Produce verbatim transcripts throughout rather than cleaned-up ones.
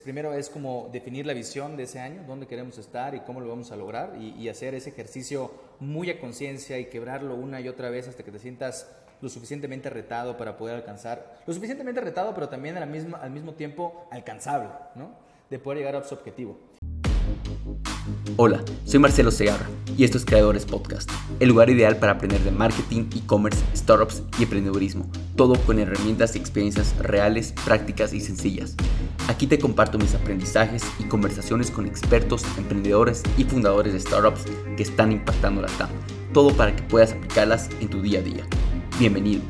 Primero es como definir la visión de ese año, dónde queremos estar y cómo lo vamos a lograr y, y hacer ese ejercicio muy a conciencia y quebrarlo una y otra vez hasta que te sientas lo suficientemente retado para poder alcanzar, lo suficientemente retado pero también al mismo, al mismo tiempo alcanzable, ¿no? De poder llegar a su objetivo. Hola, soy Marcelo Segarra y esto es Creadores Podcast, el lugar ideal para aprender de marketing, e-commerce, startups y emprendedurismo, todo con herramientas y experiencias reales, prácticas y sencillas. Aquí te comparto mis aprendizajes y conversaciones con expertos, emprendedores y fundadores de startups que están impactando la T A M, todo para que puedas aplicarlas en tu día a día. Bienvenido.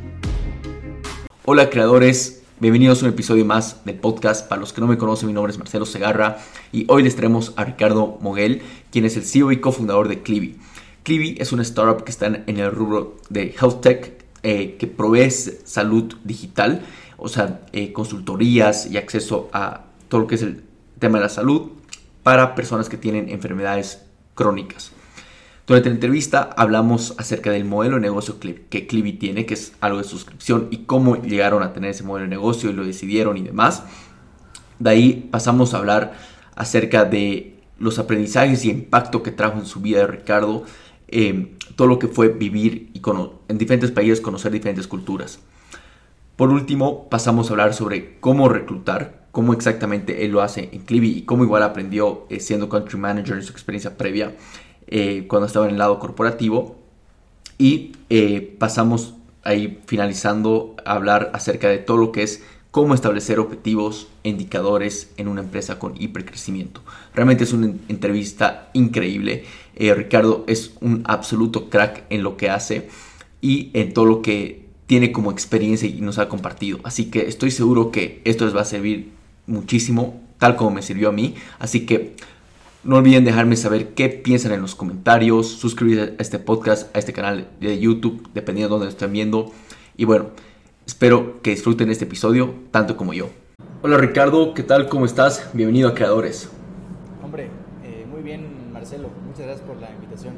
Hola creadores, bienvenidos a un episodio más del podcast. Para los que no me conocen, mi nombre es Marcelo Segarra y hoy les traemos a Ricardo Moguel, quien es el C E O y cofundador de Clivi. Clivi es una startup que está en el rubro de health tech, eh, que provee salud digital, o sea, eh, consultorías y acceso a todo lo que es el tema de la salud para personas que tienen enfermedades crónicas. Durante la entrevista hablamos acerca del modelo de negocio que Clivi tiene, que es algo de suscripción, y cómo llegaron a tener ese modelo de negocio y lo decidieron y demás. De ahí pasamos a hablar acerca de los aprendizajes y impacto que trajo en su vida de Ricardo, eh, todo lo que fue vivir y cono- en diferentes países, conocer diferentes culturas. Por último, pasamos a hablar sobre cómo reclutar, cómo exactamente él lo hace en Clivi y cómo igual aprendió eh, siendo country manager en su experiencia previa eh, cuando estaba en el lado corporativo. Y eh, pasamos ahí finalizando a hablar acerca de todo lo que es cómo establecer objetivos, indicadores en una empresa con hipercrecimiento. Realmente es una entrevista increíble. Eh, Ricardo es un absoluto crack en lo que hace y en todo lo que tiene como experiencia y nos ha compartido. Así que estoy seguro que esto les va a servir muchísimo, tal como me sirvió a mí. Así que no olviden dejarme saber qué piensan en los comentarios, suscribirse a este podcast, a este canal de YouTube, dependiendo de dónde lo estén viendo. Y bueno, espero que disfruten este episodio tanto como yo. Hola Ricardo, ¿qué tal? ¿Cómo estás? Bienvenido a Creadores. Hombre, eh, muy bien Marcelo, muchas gracias por la invitación.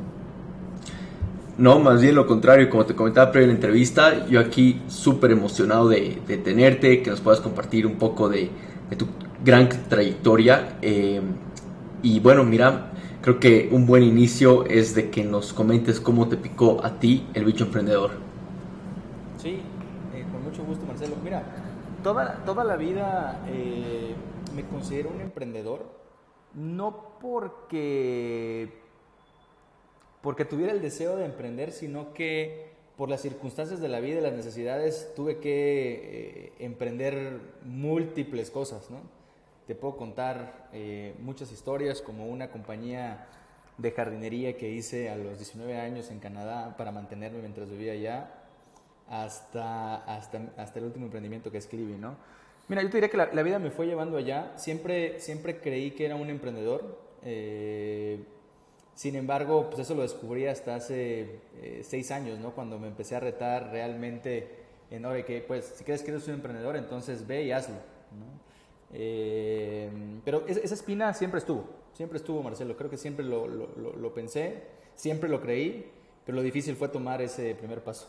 No, más bien lo contrario, como te comentaba previo en la entrevista, yo aquí súper emocionado de, de tenerte, que nos puedas compartir un poco de, de tu gran trayectoria. Eh, y bueno, mira, creo que un buen inicio es de que nos comentes cómo te picó a ti el bicho emprendedor. Sí, eh, con mucho gusto Marcelo. Mira, toda, toda la vida eh, me considero un emprendedor, no porque... porque tuviera el deseo de emprender, sino que por las circunstancias de la vida y las necesidades tuve que eh, emprender múltiples cosas, ¿no? Te puedo contar eh, muchas historias, como una compañía de jardinería que hice a los diecinueve años en Canadá para mantenerme mientras vivía allá, hasta, hasta, hasta el último emprendimiento que es Clivi, ¿no? Mira, yo te diría que la, la vida me fue llevando allá, siempre, siempre creí que era un emprendedor, eh, sin embargo, pues eso lo descubrí hasta hace eh, seis años, ¿no? Cuando me empecé a retar realmente en, oye, que pues si crees que eres un emprendedor, entonces ve y hazlo, ¿no? Eh, pero esa, esa espina siempre estuvo, siempre estuvo, Marcelo. Creo que siempre lo, lo, lo, lo pensé, siempre lo creí, pero lo difícil fue tomar ese primer paso.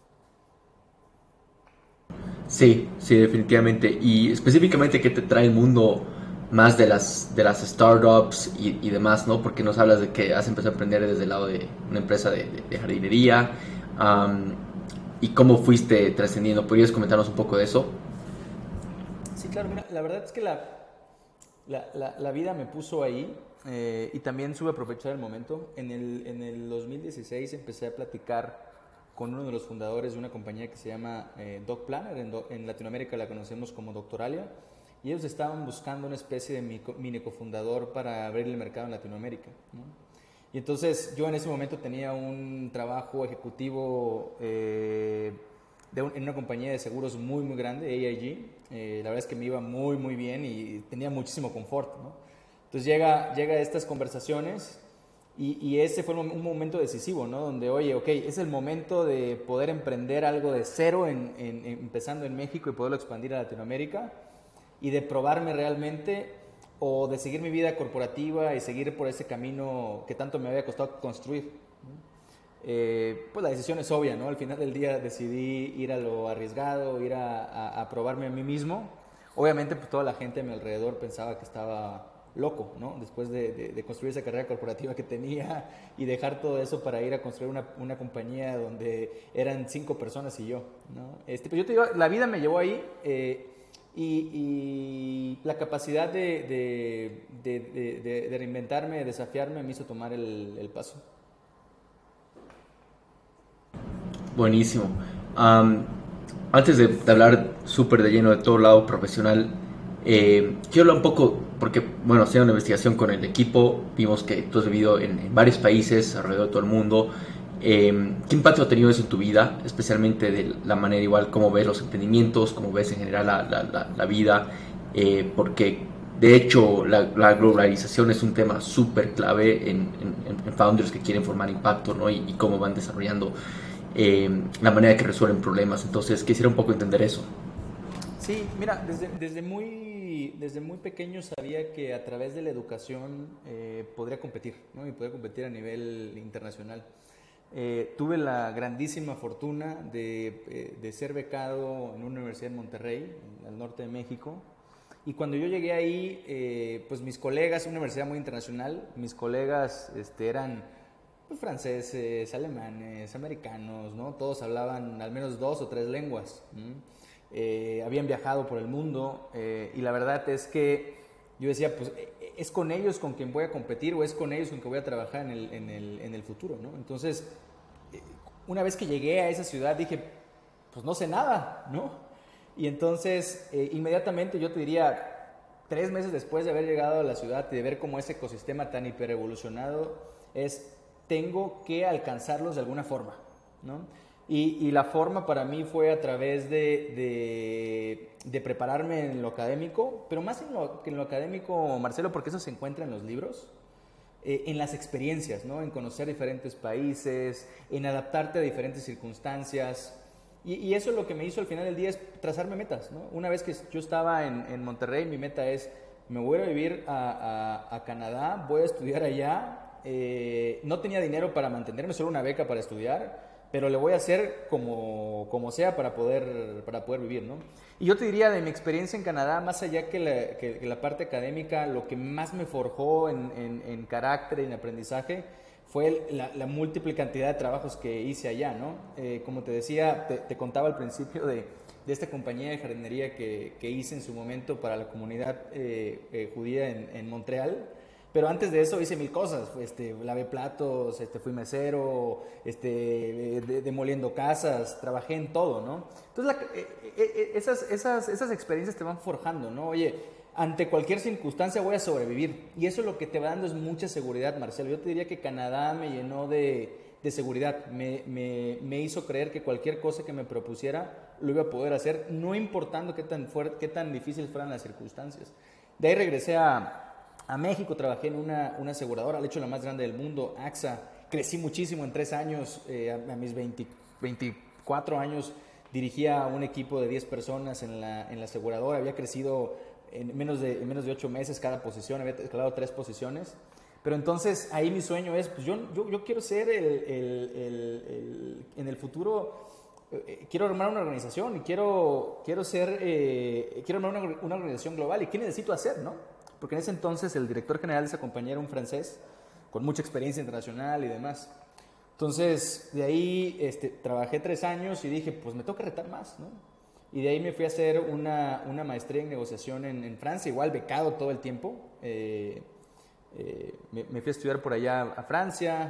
Sí, sí, definitivamente. Y específicamente, ¿qué te trae el mundo más de las, de las startups y, y demás, ¿no? Porque nos hablas de que has empezado a aprender desde el lado de una empresa de, de, de jardinería. Um, ¿Y cómo fuiste trascendiendo? ¿Podrías comentarnos un poco de eso? Sí, claro, mira, la verdad es que la, la, la, la vida me puso ahí, eh, y también supe aprovechar el momento. En el, en el dos mil dieciséis empecé a platicar con uno de los fundadores de una compañía que se llama eh, Doc Planner. En, Do, en Latinoamérica la conocemos como Doctoralia. Y ellos estaban buscando una especie de mini cofundador para abrir el mercado en Latinoamérica, ¿no? Y entonces yo en ese momento tenía un trabajo ejecutivo eh, de un, en una compañía de seguros muy, muy grande, A I G. Eh, la verdad es que me iba muy, muy bien y tenía muchísimo confort, ¿no? Entonces llega, llega a estas conversaciones y, y ese fue un momento decisivo, ¿no? Donde, oye, ok, es el momento de poder emprender algo de cero, en, en, en, empezando en México y poderlo expandir a Latinoamérica, y de probarme realmente o de seguir mi vida corporativa y seguir por ese camino que tanto me había costado construir. Eh, pues la decisión es obvia, ¿no? Al final del día decidí ir a lo arriesgado, ir a, a, a probarme a mí mismo, Obviamente, pues toda la gente a mi alrededor pensaba que estaba loco, ¿no? Después de, de, de construir esa carrera corporativa que tenía y dejar todo eso para ir a construir una, una compañía donde eran cinco personas y yo, ¿no? Este, pues yo te digo, la vida me llevó ahí eh, y, y la capacidad de, de, de, de, de, de reinventarme, de desafiarme, me hizo tomar el, el paso. Buenísimo. Um, antes de, de hablar súper de lleno de todo el lado profesional, eh, quiero hablar un poco, porque, bueno, haciendo una investigación con el equipo, vimos que tú has vivido en, en varios países alrededor de todo el mundo. Eh, ¿Qué impacto ha tenido eso en tu vida? Especialmente de la manera igual, cómo ves los emprendimientos, cómo ves en general la, la, la, la vida, eh, porque de hecho la, la globalización es un tema súper clave en, en, en founders que quieren formar impacto, ¿no? y, y cómo van desarrollando eh, la manera que resuelven problemas. Entonces quisiera un poco entender eso. Sí, mira, desde, desde, muy, desde muy pequeño sabía que a través de la educación eh, podría competir, ¿no? Y podría competir a nivel internacional. Eh, tuve la grandísima fortuna de, eh, de ser becado en una universidad en Monterrey, en el norte de México. Y cuando yo llegué ahí, eh, pues mis colegas, una universidad muy internacional, mis colegas este, eran pues, franceses, alemanes, americanos, ¿no? Todos hablaban al menos dos o tres lenguas, ¿no? Eh, habían viajado por el mundo eh, y la verdad es que yo decía, pues, ¿es con ellos con quien voy a competir o es con ellos con quien voy a trabajar en el, en el, en el futuro, ¿no? Entonces, una vez que llegué a esa ciudad dije, pues no sé nada, ¿no? Y entonces, eh, inmediatamente yo te diría, tres meses después de haber llegado a la ciudad y de ver cómo ese ecosistema tan hiperevolucionado es, tengo que alcanzarlos de alguna forma, ¿no? Y, y la forma para mí fue a través de, de, de prepararme en lo académico, pero más en lo, que en lo académico, Marcelo, porque eso se encuentra en los libros, eh, en las experiencias, ¿no? En conocer diferentes países, en adaptarte a diferentes circunstancias. Y, y eso lo que me hizo al final del día es trazarme metas, ¿no? Una vez que yo estaba en, en Monterrey, mi meta es, me voy a vivir a, a, a Canadá, voy a estudiar allá. Eh, no tenía dinero para mantenerme, solo una beca para estudiar, pero le voy a hacer como, como sea para poder, para poder vivir, ¿no? Y yo te diría, de mi experiencia en Canadá, más allá que la, que, que la parte académica, lo que más me forjó en, en, en carácter y en aprendizaje fue el, la, la múltiple cantidad de trabajos que hice allá, ¿no? Eh, como te decía, te, te contaba al principio de, de esta compañía de jardinería que, que hice en su momento para la comunidad eh, eh, judía en, en Montreal. Pero antes de eso hice mil cosas, este, lavé platos, este, fui mesero, este, de, demoliendo casas, trabajé en todo, ¿no? Entonces, la, eh, eh, esas, esas, esas experiencias te van forjando, ¿no? Oye, ante cualquier circunstancia voy a sobrevivir. Y eso lo que te va dando es mucha seguridad, Marcelo. Yo te diría que Canadá me llenó de, de seguridad, me, me, me hizo creer que cualquier cosa que me propusiera lo iba a poder hacer, no importando qué tan, fuerte, qué tan difíciles fueran las circunstancias. De ahí regresé a... A México, trabajé en una, una aseguradora, de hecho la más grande del mundo, A X A. Crecí muchísimo en tres años, eh, a, a mis veinte, veinticuatro años dirigía un equipo de diez personas en la, en la aseguradora. Había crecido en menos, de, en menos de ocho meses cada posición, había escalado tres posiciones. Pero entonces ahí mi sueño es, pues yo, yo, yo quiero ser el, el, el, el, en el futuro... Eh, quiero armar una organización y quiero, quiero ser, eh, quiero armar una, una organización global. ¿Y qué necesito hacer, no? Porque en ese entonces el director general de esa compañía era un francés con mucha experiencia internacional y demás. Entonces, de ahí este, trabajé tres años y dije, pues me toca retar más, ¿no? Y de ahí me fui a hacer una, una maestría en negociación en, en Francia, igual becado todo el tiempo. Eh, eh, me, me fui a estudiar por allá a Francia.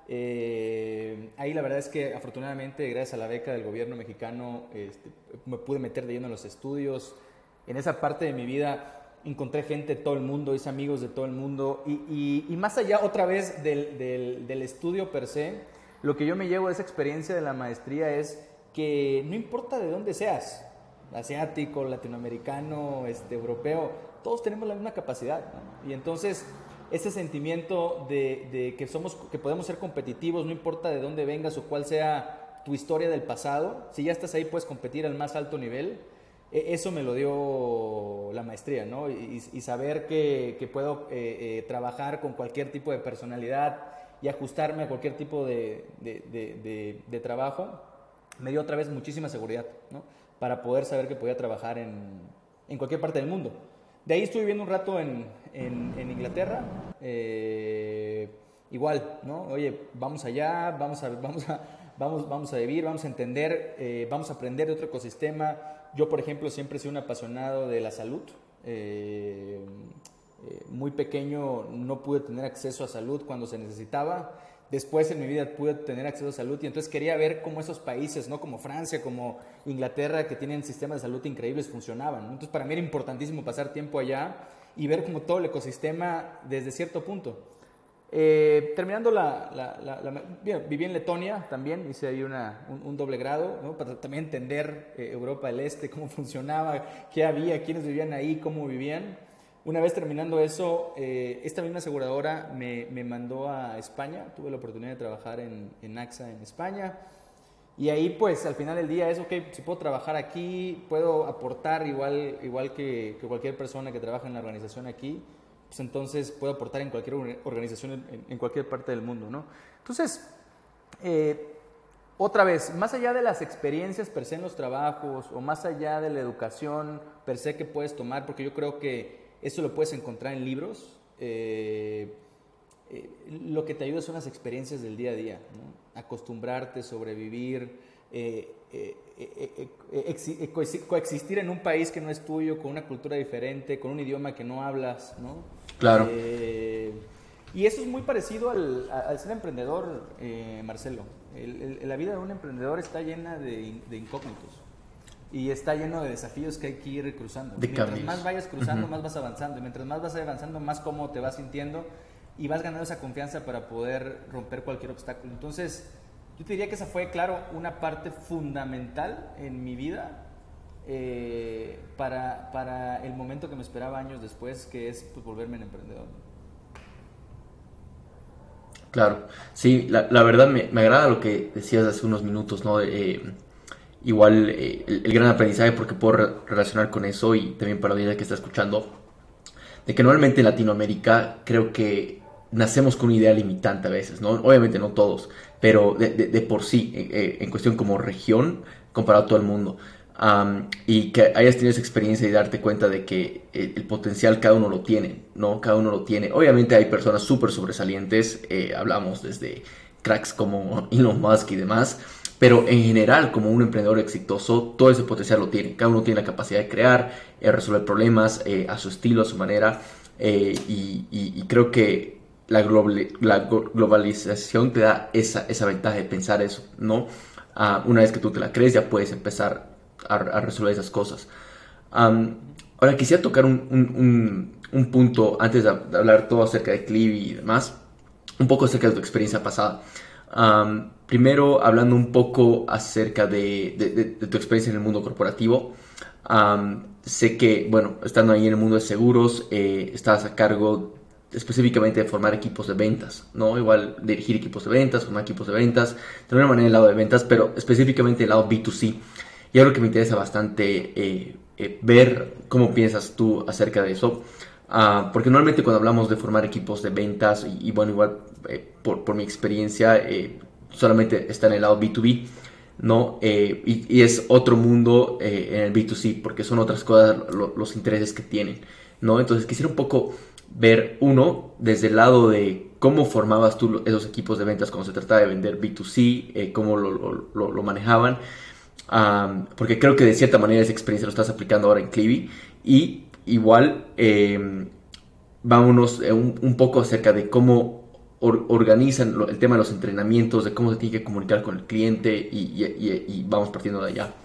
Eh, ahí la verdad es que afortunadamente, gracias a la beca del gobierno mexicano, este, me pude meter de lleno en los estudios. En esa parte de mi vida encontré gente de todo el mundo, hice amigos de todo el mundo y, y, y más allá otra vez del, del, del estudio per se, lo que yo me llevo de esa experiencia de la maestría es que no importa de dónde seas, asiático, latinoamericano, este, europeo, todos tenemos la misma capacidad, ¿no? Y entonces ese sentimiento de, de que, somos, que podemos ser competitivos, no importa de dónde vengas o cuál sea tu historia del pasado, si ya estás ahí puedes competir al más alto nivel. Eso me lo dio la maestría, ¿no? Y, y saber que, que puedo eh, eh, trabajar con cualquier tipo de personalidad y ajustarme a cualquier tipo de, de, de, de, de trabajo, me dio otra vez muchísima seguridad, ¿no? Para poder saber que podía trabajar en, en cualquier parte del mundo. De ahí estuve viviendo un rato en, en, en Inglaterra, eh, igual, ¿no? Oye, vamos allá, vamos a, vamos a, vamos, vamos a vivir, vamos a entender, eh, vamos a aprender de otro ecosistema. Yo, por ejemplo, siempre he sido un apasionado de la salud. Eh, eh, muy pequeño no pude tener acceso a salud cuando se necesitaba. Después en mi vida pude tener acceso a salud y entonces quería ver cómo esos países, ¿no? Como Francia, como Inglaterra, que tienen sistemas de salud increíbles, funcionaban, ¿no? Entonces para mí era importantísimo pasar tiempo allá y ver como todo el ecosistema desde cierto punto. Eh, terminando la, la, la, la bien, viví en Letonia también, hice ahí una, un, un doble grado, ¿no? Para también entender eh, Europa del Este, cómo funcionaba, qué había, quiénes vivían ahí, cómo vivían. Una vez terminando eso, eh, esta misma aseguradora me, me mandó a España. Tuve la oportunidad de trabajar en, en AXA en España. Y ahí, pues, al final del día es, ok, si puedo trabajar aquí, puedo aportar igual, igual que, que cualquier persona que trabaja en la organización aquí, pues entonces puedo aportar en cualquier organización en, en cualquier parte del mundo, ¿no? Entonces, eh, otra vez, más allá de las experiencias per se en los trabajos o más allá de la educación per se que puedes tomar, porque yo creo que eso lo puedes encontrar en libros. Eh, eh, lo que te ayuda son las experiencias del día a día, ¿no? Acostumbrarte, sobrevivir, eh, eh, eh, eh, coexistir en un país que no es tuyo, con una cultura diferente, con un idioma que no hablas, ¿no? Claro. Eh, y eso es muy parecido al, al ser emprendedor, eh, Marcelo. El, el, la vida de un emprendedor está llena de, de incógnitos. Y está lleno de desafíos que hay que ir cruzando. De mientras cambios. más vayas cruzando, Uh-huh. más vas avanzando. Y mientras más vas avanzando, más cómodo te vas sintiendo y vas ganando esa confianza para poder romper cualquier obstáculo. Entonces, yo te diría que esa fue, claro, una parte fundamental en mi vida eh, para, para el momento que me esperaba años después, que es pues, volverme un emprendedor. Claro, sí, la, la verdad me, me agrada lo que decías hace unos minutos, ¿no? Eh, igual eh, el, el gran aprendizaje, porque puedo re- relacionar con eso y también para la audiencia que está escuchando, de que normalmente en Latinoamérica creo que nacemos con una idea limitante a veces, ¿no? Obviamente no todos, pero de, de, de por sí, eh, en cuestión como región, comparado a todo el mundo. Um, y que hayas tenido esa experiencia y darte cuenta de que el, el potencial cada uno lo tiene, ¿no? Cada uno lo tiene. Obviamente hay personas súper sobresalientes, eh, hablamos desde cracks como Elon Musk y demás, pero en general, como un emprendedor exitoso, todo ese potencial lo tiene. Cada uno tiene la capacidad de crear, eh, resolver problemas eh, a su estilo, a su manera, eh, y, y, y creo que la, global, la globalización te da esa, esa ventaja de pensar eso, ¿no? Uh, una vez que tú te la crees, ya puedes empezar a, a resolver esas cosas. Um, ahora, quisiera tocar un, un, un, un punto antes de, de hablar todo acerca de Clivi y demás, un poco acerca de tu experiencia pasada. Um, primero, hablando un poco acerca de, de, de, de tu experiencia en el mundo corporativo. Um, sé que, bueno, estando ahí en el mundo de seguros, eh, estabas a cargo específicamente de formar equipos de ventas, ¿no? Igual dirigir equipos de ventas, formar equipos de ventas, de una manera el lado de ventas, pero específicamente el lado B dos C. Y algo que me interesa bastante eh, eh, ver cómo piensas tú acerca de eso. Uh, porque normalmente cuando hablamos de formar equipos de ventas, y, y bueno, igual eh, por, por mi experiencia, eh, solamente está en el lado B dos B, ¿no? Eh, y, y es otro mundo eh, en el B dos C, porque son otras cosas lo, los intereses que tienen, ¿no? Entonces quisiera un poco ver, uno, desde el lado de cómo formabas tú esos equipos de ventas cuando se trataba de vender B dos C, eh, cómo lo, lo, lo, lo manejaban, um, porque creo que de cierta manera esa experiencia lo estás aplicando ahora en Clivi, y igual, eh, vámonos un, un poco acerca de cómo or, organizan lo, el tema de los entrenamientos, de cómo se tiene que comunicar con el cliente y, y, y, y vamos partiendo de allá.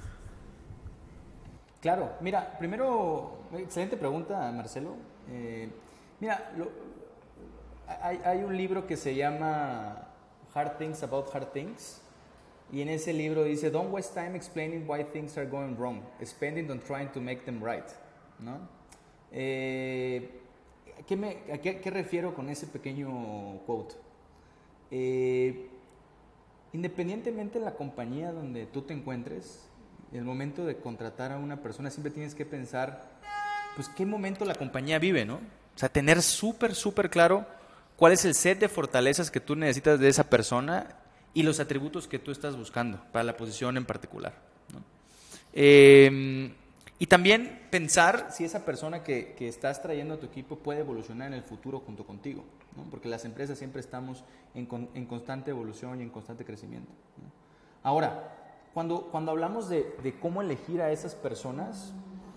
Claro, mira, primero, excelente pregunta, Marcelo. Eh, mira, lo, hay, hay un libro que se llama Hard Things About Hard Things. Y en ese libro dice, don't waste time explaining why things are going wrong. Spend it on trying to make them right. ¿No? Eh, ¿a, qué me, a qué, qué refiero con ese pequeño quote? Eh, independientemente de la compañía donde tú te encuentres, en el momento de contratar a una persona siempre tienes que pensar, pues, qué momento la compañía vive, ¿no? O sea, tener súper, súper claro cuál es el set de fortalezas que tú necesitas de esa persona y los atributos que tú estás buscando para la posición en particular, ¿no? Eh, Y también pensar si esa persona que, que estás trayendo a tu equipo puede evolucionar en el futuro junto contigo, ¿no? Porque las empresas siempre estamos en, con, en constante evolución y en constante crecimiento, ¿no? Ahora, cuando, cuando hablamos de, de cómo elegir a esas personas,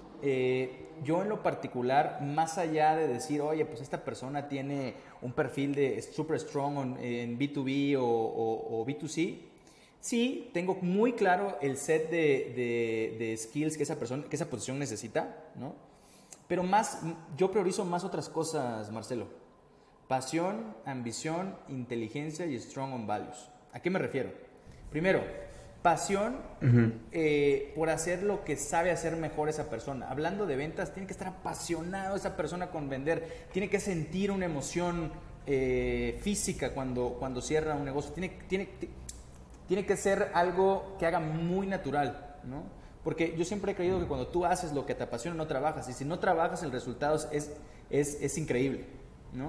eh, yo en lo particular, más allá de decir, oye, pues esta persona tiene un perfil de super strong en B dos B o, o, o B dos C, sí, tengo muy claro el set de, de, de skills que esa persona, que esa posición necesita, ¿no? Pero más, yo priorizo más otras cosas, Marcelo. Pasión, ambición, inteligencia y strong on values. ¿A qué me refiero? Primero, pasión uh-huh. eh, por hacer lo que sabe hacer mejor esa persona. Hablando de ventas, tiene que estar apasionado esa persona con vender. Tiene que sentir una emoción eh, física cuando, cuando cierra un negocio. Tiene, tiene, tiene que ser algo que haga muy natural, ¿no? Porque yo siempre he creído que cuando tú haces lo que te apasiona, no trabajas. Y si no trabajas, el resultado es, es, es increíble, ¿no?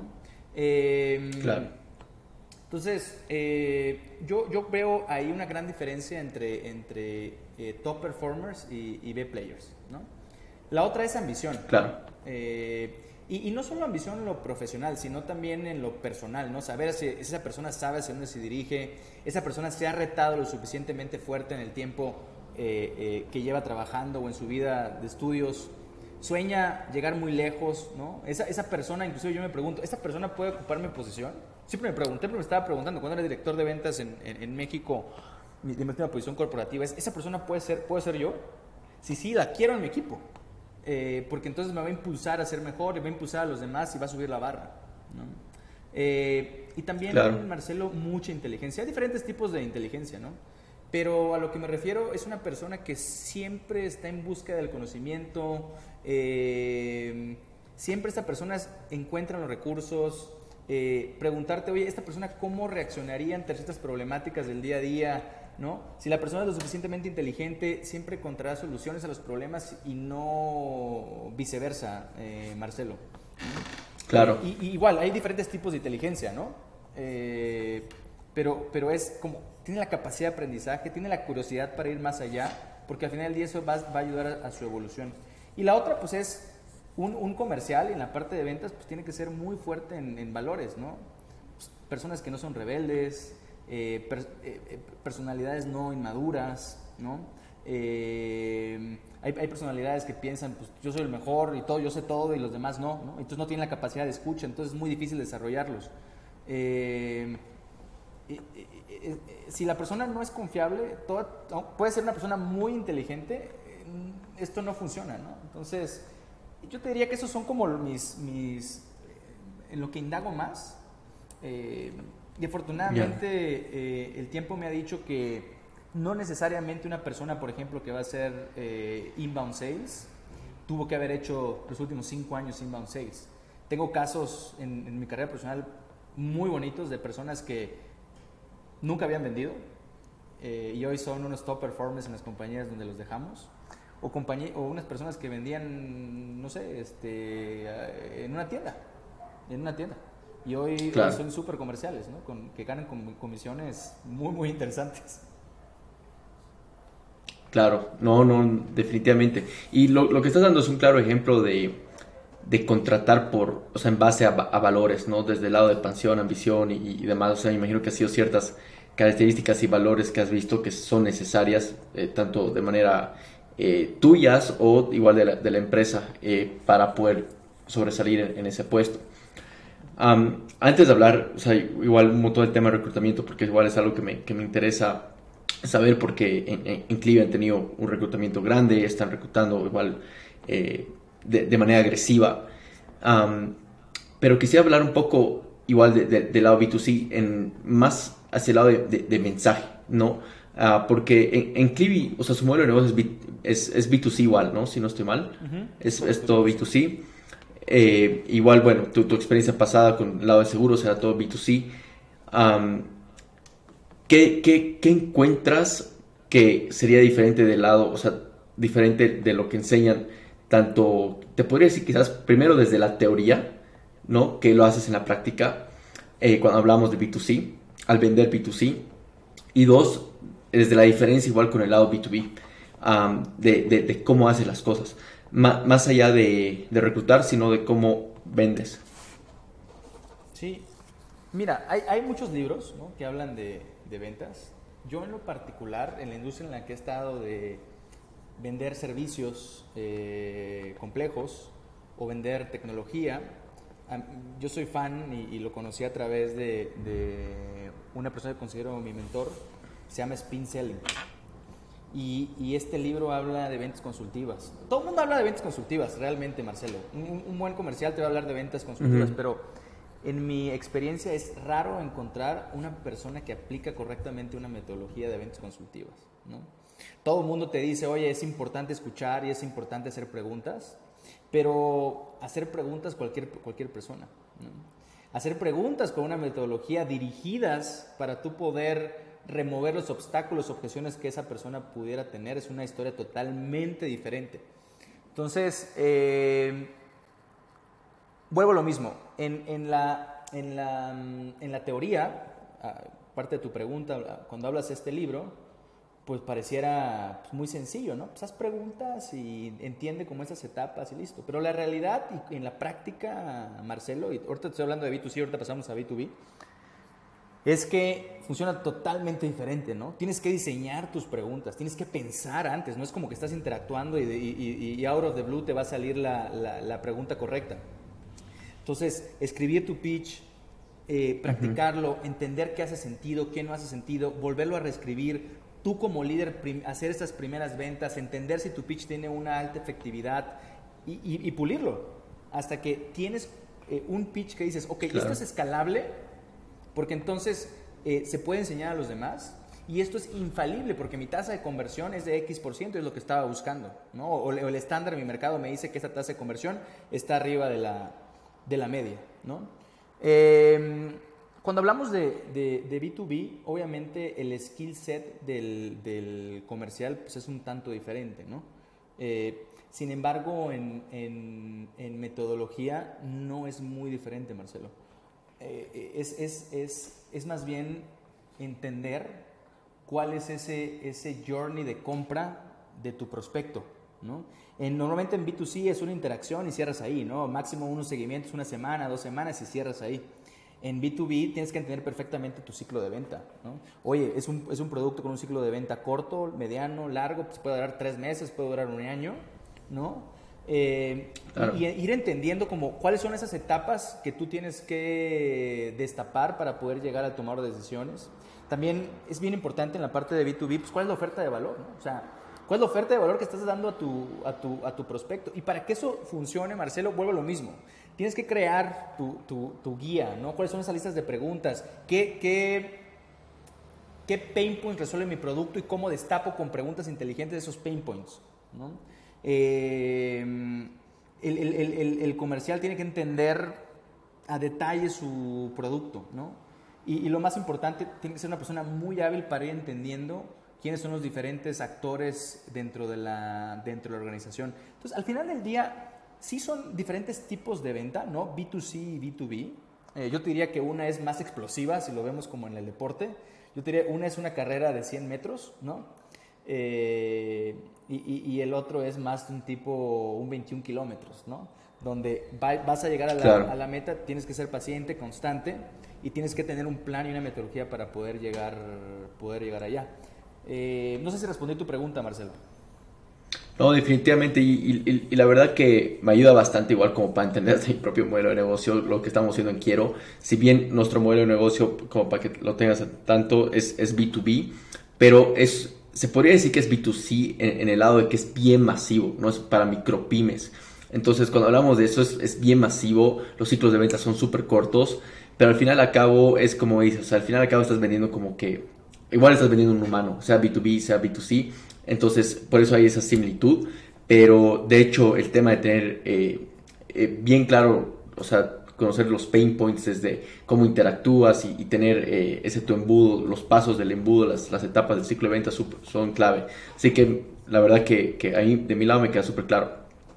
Eh, claro. Entonces, eh, yo, yo veo ahí una gran diferencia entre, entre eh, top performers y, y B players, ¿no? La otra es ambición. Claro. Eh, y, y no solo ambición en lo profesional, sino también en lo personal, ¿no? Saber si esa persona sabe hacia dónde se dirige, esa persona se ha retado lo suficientemente fuerte en el tiempo eh, eh, que lleva trabajando o en su vida de estudios. Sueña llegar muy lejos, ¿no? Esa, esa persona, inclusive yo me pregunto, ¿esta persona puede ocupar mi posición? Siempre me pregunté, pero me estaba preguntando, cuando era director de ventas en, en, en México, mi, de mi última posición corporativa, ¿es, ¿esa persona puede ser, puede ser yo? Sí, sí, la quiero en mi equipo, eh, porque entonces me va a impulsar a ser mejor, y va a impulsar a los demás y va a subir la barra, ¿no? Eh, y también, claro. Marcelo, mucha inteligencia. Hay diferentes tipos de inteligencia, ¿no? Pero a lo que me refiero es una persona que siempre está en busca del conocimiento, eh, siempre esta persona encuentra los recursos, eh, preguntarte, oye, esta persona cómo reaccionaría ante ciertas problemáticas del día a día, ¿no? Si la persona es lo suficientemente inteligente, siempre encontrará soluciones a los problemas y no viceversa, eh, Marcelo. Claro. Y, y igual, hay diferentes tipos de inteligencia, ¿no? Eh, pero, pero es como, tiene la capacidad de aprendizaje, tiene la curiosidad para ir más allá, porque al final del día eso va, va a ayudar a, a su evolución. Y la otra, pues es un, un comercial, y en la parte de ventas, pues tiene que ser muy fuerte en, en valores, ¿no? Pues, personas que no son rebeldes, eh, per, eh, personalidades no inmaduras, ¿no? Eh, hay, hay personalidades que piensan, pues yo soy el mejor y todo, yo sé todo y los demás no, ¿no? Entonces no tienen la capacidad de escucha, entonces es muy difícil desarrollarlos. Eh, eh, eh, eh, si la persona no es confiable, toda, no, puede ser una persona muy inteligente, eh, esto no funciona, ¿no? Entonces, yo te diría que esos son como mis, mis eh, en lo que indago más. Eh, y afortunadamente yeah. eh, el tiempo me ha dicho que no necesariamente una persona, por ejemplo, que va a hacer eh, inbound sales, tuvo que haber hecho los últimos cinco años inbound sales. Tengo casos en, en mi carrera profesional muy bonitos de personas que nunca habían vendido eh, y hoy son unos top performers en las compañías donde los dejamos, o, compañía, o unas personas que vendían, no sé, este, en una tienda, en una tienda. Y hoy, claro. hoy son súper comerciales, ¿no? Con, que ganan con comisiones muy, muy interesantes. Claro, no, no, definitivamente. Y lo, lo que estás dando es un claro ejemplo de, de contratar por, o sea, en base a, a valores, ¿no? Desde el lado de pasión, ambición y, y demás. O sea, me imagino que ha sido ciertas características y valores que has visto que son necesarias, eh, tanto de manera eh, tuyas o igual de la, de la empresa, eh, para poder sobresalir en, en ese puesto. Um, antes de hablar, o sea, igual un montón del tema de reclutamiento, porque igual es algo que me, que me interesa saber, porque en, en, en Clivi han tenido un reclutamiento grande, están reclutando igual eh, de, de manera agresiva. Um, pero quisiera hablar un poco igual de, de, del lado B dos C, en, más hacia el lado de, de, de mensaje, ¿no? Uh, porque en, en Clivi, o sea, su modelo de negocio es, B, es, es B dos C igual, ¿no? Si no estoy mal, uh-huh. es, es todo B dos C. Eh, igual, bueno, tu, tu experiencia pasada con el lado de seguros era todo B dos C. Um, ¿qué, qué, ¿Qué encuentras que sería diferente del lado, o sea, diferente de lo que enseñan tanto, te podría decir quizás primero desde la teoría, ¿no? Que lo haces en la práctica, eh, cuando hablamos de B dos C, al vender B dos C, y dos, desde la diferencia igual con el lado B dos B, um, de, de, de cómo haces las cosas. ma- más allá de, de reclutar, sino de cómo vendes. Sí, mira, hay, hay muchos libros, ¿no?, que hablan de, de ventas. Yo en lo particular, en la industria en la que he estado de vender servicios eh, complejos o vender tecnología, yo soy fan y, y lo conocí a través de, de una persona que considero mi mentor, se llama Spin Selling. Y, y este libro habla de ventas consultivas. Todo el mundo habla de ventas consultivas, realmente, Marcelo. Un, un buen comercial te va a hablar de ventas consultivas, uh-huh. pero en mi experiencia es raro encontrar una persona que aplica correctamente una metodología de ventas consultivas, ¿no? Todo el mundo te dice, oye, es importante escuchar y es importante hacer preguntas, pero hacer preguntas cualquier, cualquier persona, ¿no? Hacer preguntas con una metodología dirigidas para tú poder remover los obstáculos, objeciones que esa persona pudiera tener, es una historia totalmente diferente. Entonces, eh, vuelvo a lo mismo. En, en, la, en, la, en la teoría, parte de tu pregunta, cuando hablas de este libro, pues pareciera pues, muy sencillo, ¿no? Pues haz preguntas y entiende como esas etapas y listo. Pero la realidad y en la práctica, Marcelo, y ahorita estoy hablando de B dos C, ahorita pasamos a B dos B, es que funciona totalmente diferente, ¿no? Tienes que diseñar tus preguntas, tienes que pensar antes, no es como que estás interactuando y, y, y, y out of the blue te va a salir la, la, la pregunta correcta. Entonces, escribir tu pitch, eh, practicarlo, uh-huh. entender qué hace sentido, qué no hace sentido, volverlo a reescribir, tú como líder prim- hacer estas primeras ventas, entender si tu pitch tiene una alta efectividad y, y, y pulirlo hasta que tienes eh, un pitch que dices, ok, claro. esto es escalable, porque entonces eh, se puede enseñar a los demás y esto es infalible porque mi tasa de conversión es de X por ciento, es lo que estaba buscando, ¿no? O, o el estándar en mi mercado me dice que esa tasa de conversión está arriba de la, de la media, ¿no? Eh, cuando hablamos de, de, de B dos B, obviamente el skill set del, del comercial pues es un tanto diferente, ¿no? Eh, sin embargo, en, en, en metodología no es muy diferente, Marcelo. Eh, es, es, es, es más bien entender cuál es ese, ese journey de compra de tu prospecto, ¿no? En, normalmente en B dos C es una interacción y cierras ahí, ¿no? Máximo unos seguimientos, una semana, dos semanas y cierras ahí. En B dos B tienes que entender perfectamente tu ciclo de venta, ¿no? Oye, es un, es un producto con un ciclo de venta corto, mediano, largo, pues puede durar tres meses, puede durar un año, ¿no? Eh, claro. y, y ir entendiendo como cuáles son esas etapas que tú tienes que destapar para poder llegar a tomar decisiones. También es bien importante en la parte de B dos B, pues cuál es la oferta de valor, ¿no? O sea, cuál es la oferta de valor que estás dando a tu, a tu, a tu prospecto. Y para que eso funcione, Marcelo, vuelvo a lo mismo. Tienes que crear tu, tu, tu guía, ¿no? ¿Cuáles son esas listas de preguntas? ¿Qué, qué, qué pain points resuelve mi producto y cómo destapo con preguntas inteligentes esos pain points, ¿no? Eh, el, el, el, el comercial tiene que entender a detalle su producto, ¿no? Y, y lo más importante, tiene que ser una persona muy hábil para ir entendiendo quiénes son los diferentes actores dentro de la, dentro de la organización. Entonces, al final del día, sí son diferentes tipos de venta, ¿no? B dos C y B dos B. Eh, yo te diría que una es más explosiva, si lo vemos como en el deporte. Yo te diría, una es una carrera de cien metros, ¿no? Eh, y, y, y el otro es más un tipo, un veintiún kilómetros, ¿no? Donde va, vas a llegar a la, claro. a la meta, tienes que ser paciente, constante y tienes que tener un plan y una metodología para poder llegar, poder llegar allá. Eh, no sé si respondí tu pregunta, Marcelo. No, definitivamente, y, y, y la verdad que me ayuda bastante, igual como para entender mi propio modelo de negocio, lo que estamos haciendo en Quiero. Si bien nuestro modelo de negocio, como para que lo tengas tanto, es, es B dos B, pero es, se podría decir que es B dos C en, en el lado de que es bien masivo, no es para micropymes. Entonces, cuando hablamos de eso, es, es bien masivo, los ciclos de venta son súper cortos, pero al final a cabo es como dices, o sea, al final a cabo estás vendiendo como que, igual estás vendiendo un humano, sea B dos B, sea B dos C. Entonces, por eso hay esa similitud, pero de hecho el tema de tener eh, eh, bien claro, o sea, conocer los pain points desde cómo interactúas y, y tener eh, ese tu embudo, los pasos del embudo, las, las etapas del ciclo de venta super, son clave. Así que la verdad que, que ahí de mi lado me queda súper claro.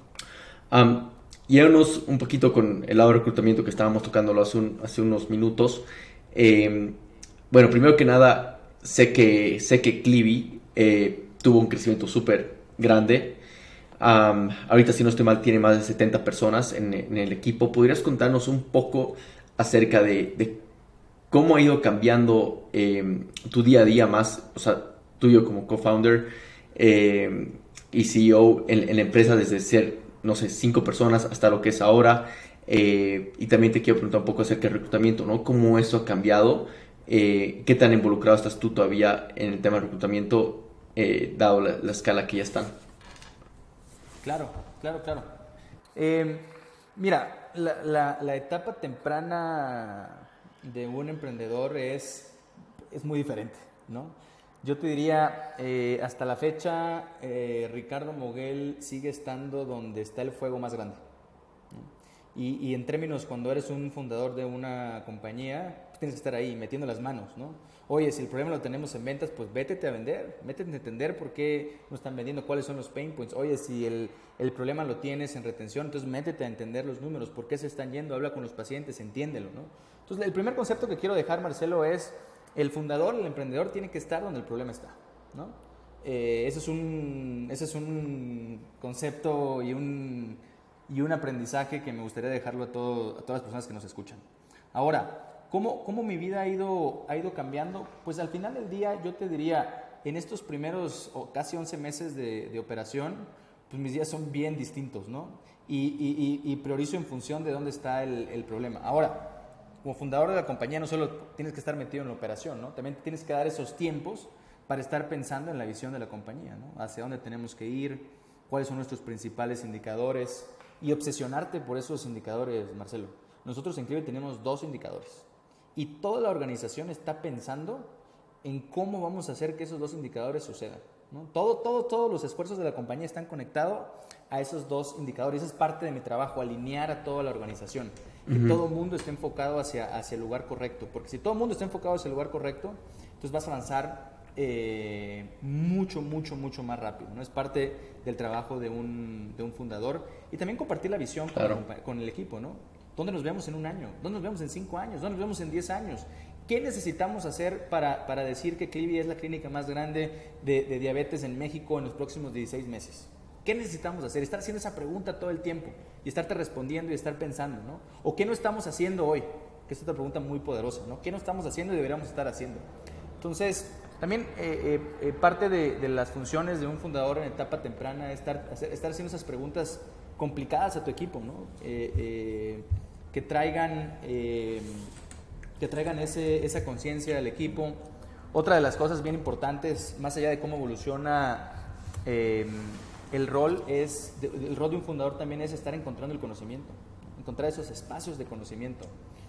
Um, yéndonos un poquito con el lado de reclutamiento que estábamos tocándolo hace, un, hace unos minutos. Eh, bueno, primero que nada, sé que, sé que Clivy... Eh, tuvo un crecimiento súper grande. Um, ahorita, si no estoy mal, tiene más de setenta personas en, en el equipo. ¿Podrías contarnos un poco acerca de, de cómo ha ido cambiando eh, tu día a día más, o sea, tuyo como co-founder eh, y C E O en, en la empresa desde ser, no sé, cinco personas hasta lo que es ahora? Eh, y también te quiero preguntar un poco acerca del reclutamiento, ¿no? ¿Cómo eso ha cambiado? Eh, ¿Qué tan involucrado estás tú todavía en el tema de reclutamiento, eh, dado la, la escala que ya están? Claro, claro, claro. Eh, mira, la, la, la etapa temprana de un emprendedor es, es muy diferente, ¿no? Yo te diría, eh, hasta la fecha, eh, Ricardo Moguel sigue estando donde está el fuego más grande, ¿no? Y, y en términos, cuando eres un fundador de una compañía, pues tienes que estar ahí metiendo las manos, ¿no? Oye, si el problema lo tenemos en ventas, pues vétete a vender, métete a entender por qué no están vendiendo, cuáles son los pain points. Oye, si el, el problema lo tienes en retención, entonces métete a entender los números, por qué se están yendo, habla con los pacientes, entiéndelo, ¿no? Entonces, el primer concepto que quiero dejar, Marcelo, es el fundador, el emprendedor, tiene que estar donde el problema está, ¿no? Eh, ese es un, ese es un concepto y un, y un aprendizaje que me gustaría dejarlo a, todo, a todas las personas que nos escuchan. Ahora, ¿Cómo, ¿Cómo mi vida ha ido, ha ido cambiando? Pues al final del día yo te diría, en estos primeros o casi once meses de, de operación, pues mis días son bien distintos, ¿no? Y, y, y priorizo en función de dónde está el, el problema. Ahora, como fundador de la compañía no solo tienes que estar metido en la operación, ¿no? También tienes que dar esos tiempos para estar pensando en la visión de la compañía, ¿no? Hacia dónde tenemos que ir, cuáles son nuestros principales indicadores y obsesionarte por esos indicadores, Marcelo. Nosotros en Clive tenemos dos indicadores. Y toda la organización está pensando en cómo vamos a hacer que esos dos indicadores sucedan, ¿no? Todo, todo, todos los esfuerzos de la compañía están conectados a esos dos indicadores. Esa es parte de mi trabajo, alinear a toda la organización. Que uh-huh. todo el mundo esté enfocado hacia, hacia el lugar correcto. Porque si todo el mundo está enfocado hacia el lugar correcto, entonces vas a avanzar eh, mucho, mucho, mucho más rápido, ¿no? Es parte del trabajo de un, de un fundador. Y también compartir la visión con, claro. el, con el equipo, ¿no? ¿Dónde nos vemos en un año? ¿Dónde nos vemos en cinco años? ¿Dónde nos vemos en diez años? ¿Qué necesitamos hacer para, para decir que Clivi es la clínica más grande de, de diabetes en México en los próximos dieciséis meses? ¿Qué necesitamos hacer? Estar haciendo esa pregunta todo el tiempo y estarte respondiendo y estar pensando, ¿no? ¿O qué no estamos haciendo hoy? Que es otra pregunta muy poderosa, ¿no? ¿Qué no estamos haciendo y deberíamos estar haciendo? Entonces, también eh, eh, eh, parte de, de las funciones de un fundador en etapa temprana es estar, hacer, estar haciendo esas preguntas complicadas a tu equipo, ¿no? Eh, eh, que traigan, eh, que traigan ese, esa conciencia al equipo. Otra de las cosas bien importantes, más allá de cómo evoluciona eh, el rol, es, de, el rol de un fundador también es estar encontrando el conocimiento, encontrar esos espacios de conocimiento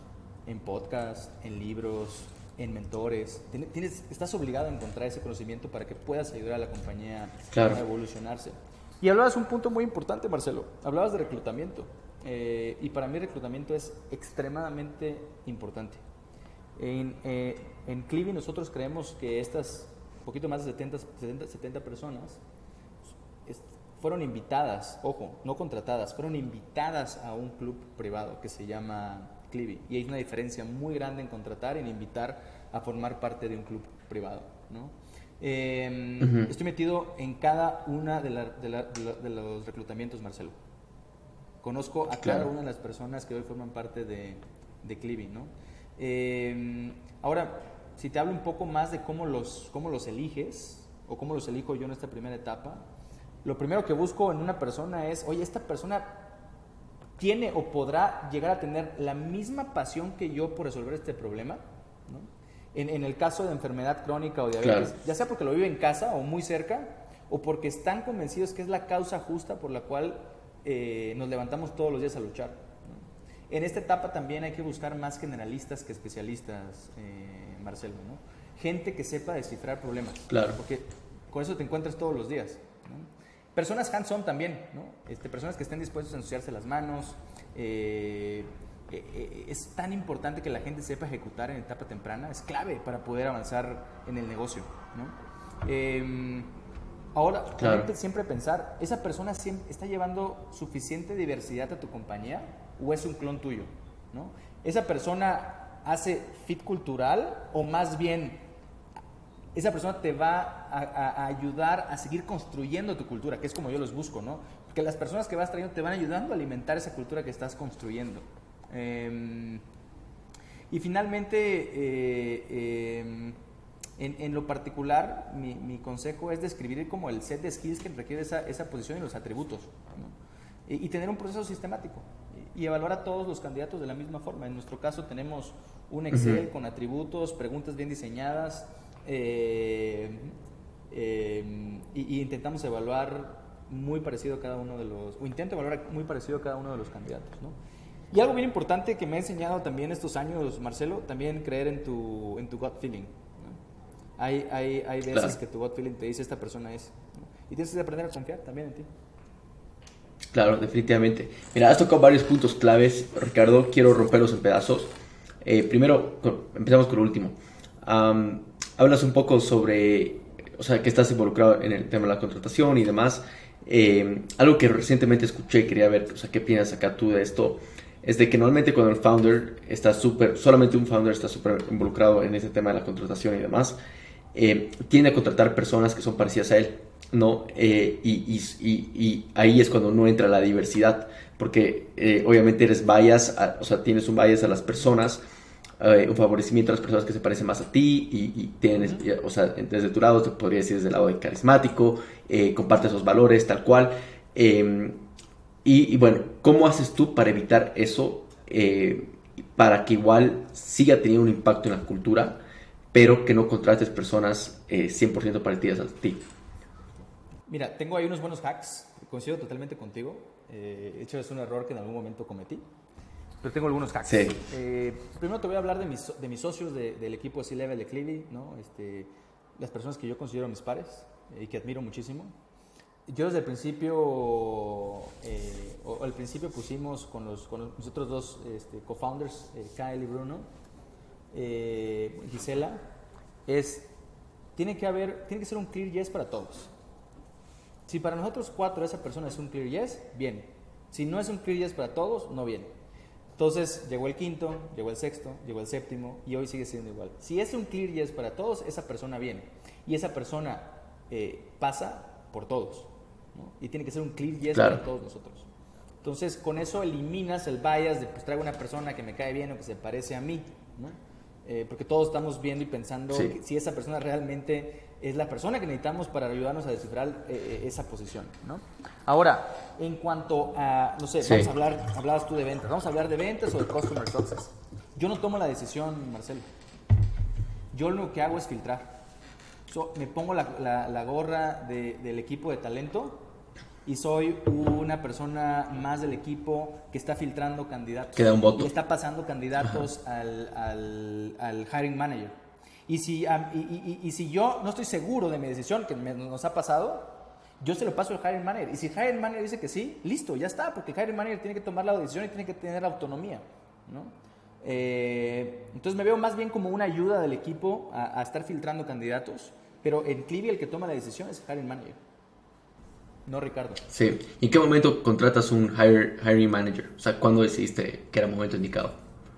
en podcast, en libros, en mentores. Tienes, estás obligado a encontrar ese conocimiento para que puedas ayudar a la compañía claro. a evolucionarse. Y hablabas un punto muy importante, Marcelo, hablabas de reclutamiento. Eh, y para mí el reclutamiento es extremadamente importante. En, eh, en Clivi nosotros creemos que estas, un poquito más de setenta, setenta, setenta personas es, fueron invitadas, ojo, no contratadas, fueron invitadas a un club privado que se llama Clivi. Y hay una diferencia muy grande en contratar y en invitar a formar parte de un club privado, ¿no? Eh, uh-huh. Estoy metido en cada una de, la, de, la, de, la, de los reclutamientos, Marcelo. Conozco a cada claro. una de las personas que hoy forman parte de, de Clivi, ¿no? Eh, ahora, si te hablo un poco más de cómo los, cómo los eliges, o cómo los elijo yo en esta primera etapa, lo primero que busco en una persona es, oye, esta persona tiene o podrá llegar a tener la misma pasión que yo por resolver este problema, ¿no? En, en el caso de enfermedad crónica o diabetes, claro. ya sea porque lo vive en casa o muy cerca, o porque están convencidos que es la causa justa por la cual eh, nos levantamos todos los días a luchar, ¿no? En esta etapa también hay que buscar más generalistas que especialistas, eh, Marcelo, ¿no? Gente que sepa descifrar problemas, claro. porque con eso te encuentras todos los días, ¿no? Personas hands-on también, ¿no? Este, personas que estén dispuestas a ensuciarse las manos. Eh, eh, es tan importante que la gente sepa ejecutar en etapa temprana, es clave para poder avanzar en el negocio, ¿no? Eh, ahora, claro. siempre pensar, ¿esa persona siempre está llevando suficiente diversidad a tu compañía o es un clon tuyo, ¿no? ¿Esa persona hace fit cultural o más bien esa persona te va a, a, a ayudar a seguir construyendo tu cultura, que es como yo los busco, ¿no? que las personas que vas trayendo te van ayudando a alimentar esa cultura que estás construyendo. Eh, y finalmente, eh, eh, en, en lo particular, mi, mi consejo es describir como el set de skills que requiere esa, esa posición y los atributos, ¿no? y, y tener un proceso sistemático y, y evaluar a todos los candidatos de la misma forma. En nuestro caso tenemos un Excel uh-huh. con atributos, preguntas bien diseñadas, eh, eh, y, y intentamos evaluar muy parecido a cada uno de los, o intento evaluar muy parecido a cada uno de los candidatos, ¿no? Y algo bien importante que me ha enseñado también estos años, Marcelo, también creer en tu, en tu gut feeling, ¿no? Hay, hay, hay veces claro. que tu gut feeling te dice esta persona es, ¿no? Y tienes que aprender a confiar también en ti. Claro, definitivamente. Mira, has tocado varios puntos claves, Ricardo, quiero romperlos en pedazos. Eh, primero, empezamos con lo último. Um, hablas un poco sobre, o sea, que estás involucrado en el tema de la contratación y demás. Eh, algo que recientemente escuché y quería ver, o sea, qué piensas acá tú de esto, es de que normalmente cuando el founder está súper, solamente un founder está súper involucrado en ese tema de la contratación y demás, eh, tiende a contratar personas que son parecidas a él, ¿no? Eh, y, y, y, y ahí es cuando no entra la diversidad, porque eh, obviamente eres bias, a, o sea, tienes un bias a las personas, eh, un favorecimiento a las personas que se parecen más a ti y, y tienes, uh-huh. o sea, desde tu lado te podría decir desde el lado de carismático, eh, comparte esos valores, tal cual. Eh, y, y bueno, ¿cómo haces tú para evitar eso? Eh, para que igual siga teniendo un impacto en la cultura, pero que no contrates personas eh, cien por ciento parecidas a ti. Mira, tengo ahí unos buenos hacks, coincido totalmente contigo. Eh, de hecho, es un error que en algún momento cometí, pero tengo algunos hacks. Sí. Eh, primero te voy a hablar de mis, de mis socios de, del equipo C-Level de Clivy, ¿no? Este, las personas que yo considero mis pares eh, y que admiro muchísimo. Yo desde el principio, eh, o, al principio pusimos con los, con los nosotros dos este, co-founders, eh, Kyle y Bruno, eh, Gisela, es, tiene que haber, tiene que ser un clear yes para todos. Si para nosotros cuatro esa persona es un clear yes, viene. Si no es un clear yes para todos, no viene. Entonces llegó el quinto, llegó el sexto, llegó el séptimo y hoy sigue siendo igual. Si es un clear yes para todos, esa persona viene. Y esa persona eh, pasa por todos, ¿no? Y tiene que ser un clear yes claro. para todos nosotros. Entonces con eso eliminas el bias de pues traigo una persona que me cae bien o que se parece a mí, ¿no? Eh, porque todos estamos viendo y pensando sí. que si esa persona realmente es la persona que necesitamos para ayudarnos a descifrar eh, esa posición, ¿no? Ahora, en cuanto a, no sé, sí. vamos a hablar, hablabas tú de ventas, vamos a hablar de ventas o de customer success. Yo no tomo la decisión, Marcelo. Yo lo que hago es filtrar. So, me pongo la, la, la gorra de, del equipo de talento y soy una persona más del equipo que está filtrando candidatos. Queda un voto. Y está pasando candidatos al, al, al hiring manager. Y si, um, y, y, y, y si yo no estoy seguro de mi decisión, que me, nos ha pasado, yo se lo paso al hiring manager. Y si el hiring manager dice que sí, listo, ya está, porque el hiring manager tiene que tomar la decisión y tiene que tener autonomía, ¿no? Eh, entonces me veo más bien como una ayuda del equipo a, a estar filtrando candidatos, pero en Clivy el que toma la decisión es el hiring manager, no Ricardo. Sí. ¿En qué momento contratas un hire, hiring manager? O sea, ¿cuándo decidiste que era el momento indicado?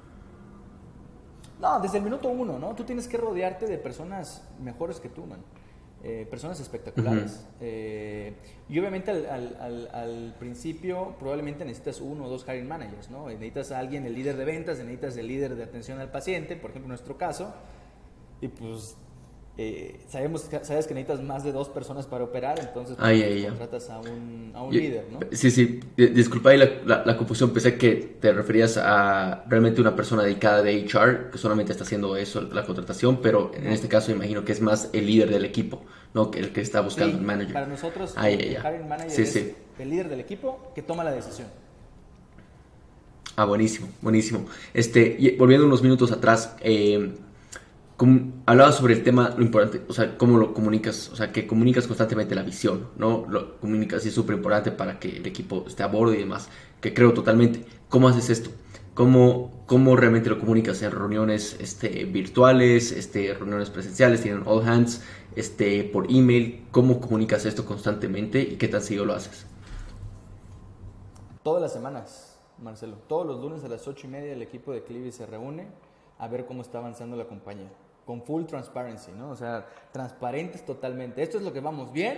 No, desde el minuto uno, ¿no? Tú tienes que rodearte de personas mejores que tú, man. Eh, personas espectaculares. Uh-huh. Eh, y obviamente al, al, al, al principio probablemente necesitas uno o dos hiring managers, ¿no? Necesitas a alguien, el líder de ventas, necesitas el líder de atención al paciente, por ejemplo en nuestro caso, y pues eh, sabemos, sabes que necesitas más de dos personas para operar, entonces pues, ay, ay, contratas a un, a un Yo, líder, ¿no? Sí, sí, disculpa ahí la, la, la confusión, pensé que te referías a realmente una persona dedicada de H R que solamente está haciendo eso, la contratación, pero en este caso imagino que es más el líder del equipo, no que el que está buscando sí, el manager. Para nosotros ay, el ay, hiring manager sí, es sí. el líder del equipo que toma la decisión. Ah, buenísimo, buenísimo. Este, y volviendo unos minutos atrás, eh, hablabas sobre el tema, lo importante, o sea, cómo lo comunicas, o sea, que comunicas constantemente la visión, ¿no? Lo comunicas y es súper importante para que el equipo esté a bordo y demás, que creo totalmente. ¿Cómo haces esto? ¿Cómo, cómo realmente lo comunicas en reuniones este, virtuales, este, reuniones presenciales, tienen all hands, este, por email? ¿Cómo comunicas esto constantemente y qué tan seguido lo haces? Todas las semanas, Marcelo. Todos los lunes a las ocho y media el equipo de Clivy se reúne a ver cómo está avanzando la compañía. Con full transparency, ¿no? O sea, transparentes totalmente. Esto es lo que vamos bien,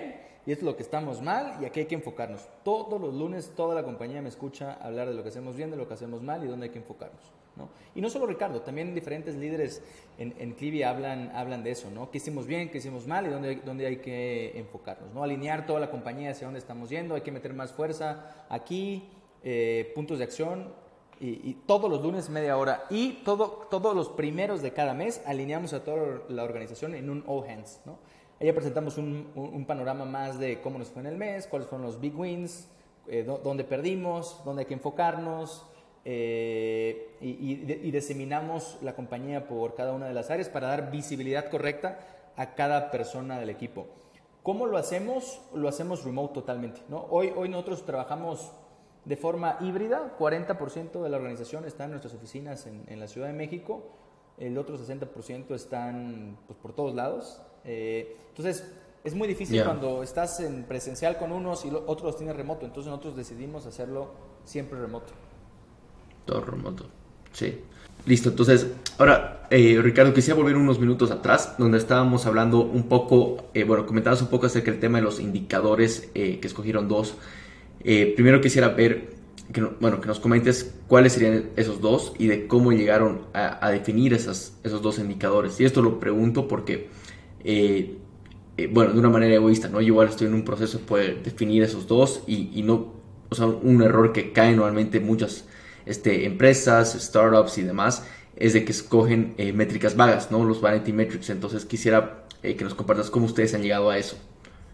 y esto es lo que estamos mal y aquí hay que enfocarnos. Todos los lunes toda la compañía me escucha hablar de lo que hacemos bien, de lo que hacemos mal y dónde hay que enfocarnos, ¿no? Y no solo Ricardo, también diferentes líderes en, en Clivi hablan, hablan de eso, ¿no? ¿Qué hicimos bien, qué hicimos mal y dónde, dónde hay que enfocarnos, ¿no? Alinear toda la compañía hacia dónde estamos yendo, hay que meter más fuerza aquí, eh, puntos de acción y, y todos los lunes media hora y todo, todos los primeros de cada mes alineamos a toda la organización en un all hands, ¿no? Ahí presentamos un, un, un panorama más de cómo nos fue en el mes, cuáles fueron los big wins, eh, do, dónde perdimos, dónde hay que enfocarnos, eh, y, y, y diseminamos la compañía por cada una de las áreas para dar visibilidad correcta a cada persona del equipo. ¿Cómo lo hacemos? Lo hacemos remote totalmente, ¿no? Hoy, hoy nosotros trabajamos de forma híbrida, cuarenta por ciento de la organización está en nuestras oficinas en, en la Ciudad de México, el otro sesenta por ciento están pues, por todos lados. Eh, entonces, es muy difícil yeah. cuando estás en presencial con unos y lo, otros los tienes remoto. Entonces, nosotros decidimos hacerlo siempre remoto. Todo remoto, sí. Listo, entonces, ahora, eh, Ricardo, quisiera volver unos minutos atrás, donde estábamos hablando un poco, eh, bueno, comentabas un poco acerca del tema de los indicadores, eh, que escogieron dos. Eh, primero quisiera ver, que, bueno, que nos comentes cuáles serían esos dos y de cómo llegaron a, a definir esas, esos dos indicadores. Y esto lo pregunto porque... Eh, eh, bueno, de una manera egoísta, ¿no? Yo igual estoy en un proceso de poder definir esos dos y, y no, o sea, un error que cae normalmente en muchas este, empresas, startups y demás, es de que escogen eh, métricas vagas, ¿no? Los vanity metrics. Entonces quisiera eh, que nos compartas cómo ustedes han llegado a eso.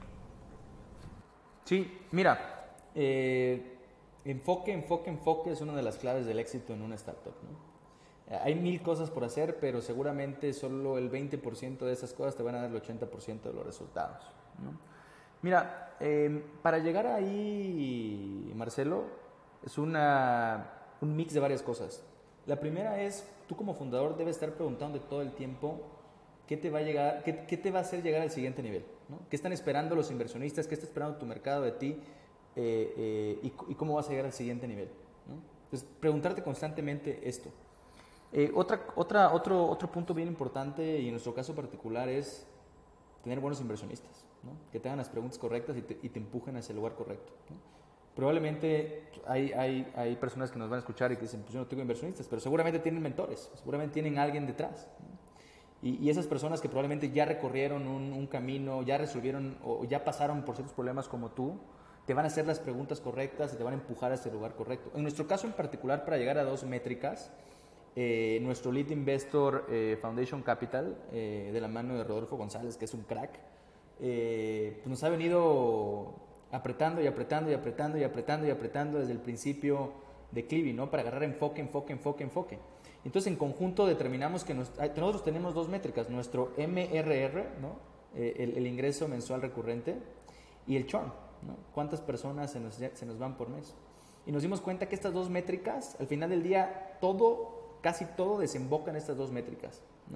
Sí, mira, eh, enfoque, enfoque, enfoque es una de las claves del éxito en una startup, ¿no? Hay mil cosas por hacer, pero seguramente solo el veinte por ciento de esas cosas te van a dar el ochenta por ciento de los resultados, ¿no? Mira, eh, para llegar ahí, Marcelo, es una, un mix de varias cosas. La primera es, tú como fundador debes estar preguntando todo el tiempo qué te va a, llegar, qué, qué te va a hacer llegar al siguiente nivel, ¿no? ¿Qué están esperando los inversionistas? ¿Qué está esperando tu mercado de ti? Eh, eh, y, y cómo vas a llegar al siguiente nivel, ¿no? Entonces, preguntarte constantemente esto. Eh, otra, otra, otro, otro punto bien importante y en nuestro caso particular es tener buenos inversionistas, ¿no? Que te hagan las preguntas correctas y te, y te empujen hacia el lugar correcto, ¿no? Probablemente hay, hay, hay personas que nos van a escuchar y que dicen, pues yo no tengo inversionistas, pero seguramente tienen mentores, seguramente tienen alguien detrás, ¿no? Y, y esas personas que probablemente ya recorrieron un, un camino, ya resolvieron o ya pasaron por ciertos problemas como tú, te van a hacer las preguntas correctas y te van a empujar hacia el lugar correcto. En nuestro caso en particular, para llegar a dos métricas, Eh, nuestro lead investor eh, Foundation Capital, eh, de la mano de Rodolfo González, que es un crack, eh, pues nos ha venido apretando y apretando y apretando y apretando y apretando desde el principio de Clivi, ¿no? Para agarrar enfoque, enfoque, enfoque, enfoque. Entonces, en conjunto determinamos que nos, nosotros tenemos dos métricas, nuestro M R R, ¿no? eh, el, el ingreso mensual recurrente, y el churn, ¿no? Cuántas personas se nos, se nos van por mes. Y nos dimos cuenta que estas dos métricas, al final del día, todo... casi todo desemboca en estas dos métricas, ¿no?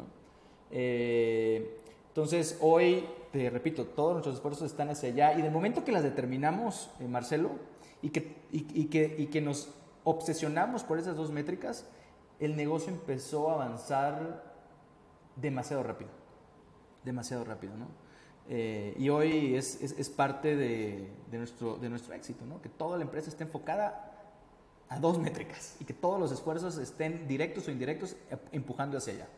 Eh, entonces, hoy, te repito, todos nuestros esfuerzos están hacia allá y del momento que las determinamos, eh, Marcelo, y que, y, y, que, y que nos obsesionamos por esas dos métricas, el negocio empezó a avanzar demasiado rápido, demasiado rápido, ¿no? Eh, y hoy es, es, es parte de, de, nuestro, de nuestro éxito, ¿no? Que toda la empresa esté enfocada a dos métricas y que todos los esfuerzos estén directos o indirectos empujando hacia allá.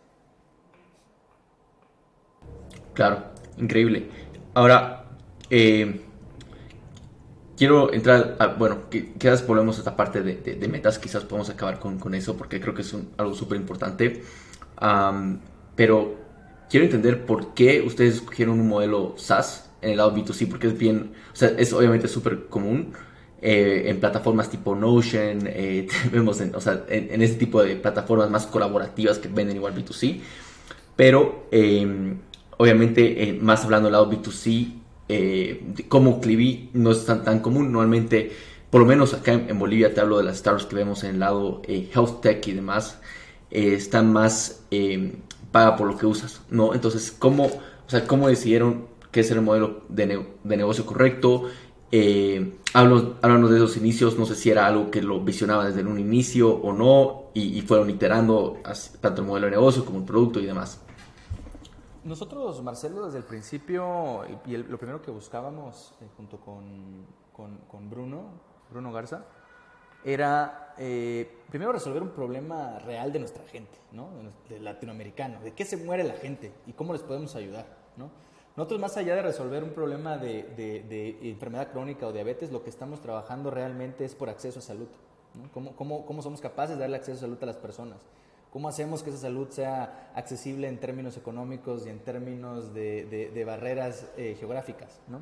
Claro, increíble. Ahora, eh, quiero entrar, a, bueno, quizás volvemos a esta parte de, de, de metas, quizás podemos acabar con, con eso porque creo que es un, algo súper importante, um, pero quiero entender por qué ustedes escogieron un modelo SaaS en el lado B dos C, porque es bien, o sea, es obviamente súper común. Eh, en plataformas tipo Notion, eh, vemos en, o sea, en, en este tipo de plataformas más colaborativas que venden igual B dos C, pero eh, obviamente eh, más hablando del lado B dos C, eh, como Clivi no es tan, tan común. Normalmente, por lo menos acá en, en Bolivia, te hablo de las startups que vemos en el lado eh, health tech y demás, eh, están más eh, paga por lo que usas, ¿no? Entonces, ¿cómo, o sea, cómo decidieron qué es el modelo de, ne- de negocio correcto? Eh, háblanos de esos inicios, no sé si era algo que lo visionaban desde un inicio o no, y, y fueron iterando tanto el modelo de negocio como el producto y demás. Nosotros, Marcelo, desde el principio, y el, lo primero que buscábamos eh, junto con, con, con Bruno, Bruno Garza, era eh, primero resolver un problema real de nuestra gente, ¿no? De, de latinoamericano, de qué se muere la gente y cómo les podemos ayudar, ¿no? Nosotros, más allá de resolver un problema de, de, de enfermedad crónica o diabetes, lo que estamos trabajando realmente es por acceso a salud, ¿no? ¿Cómo, cómo, cómo somos capaces de darle acceso a salud a las personas? ¿Cómo hacemos que esa salud sea accesible en términos económicos y en términos de, de, de barreras eh, geográficas, ¿no?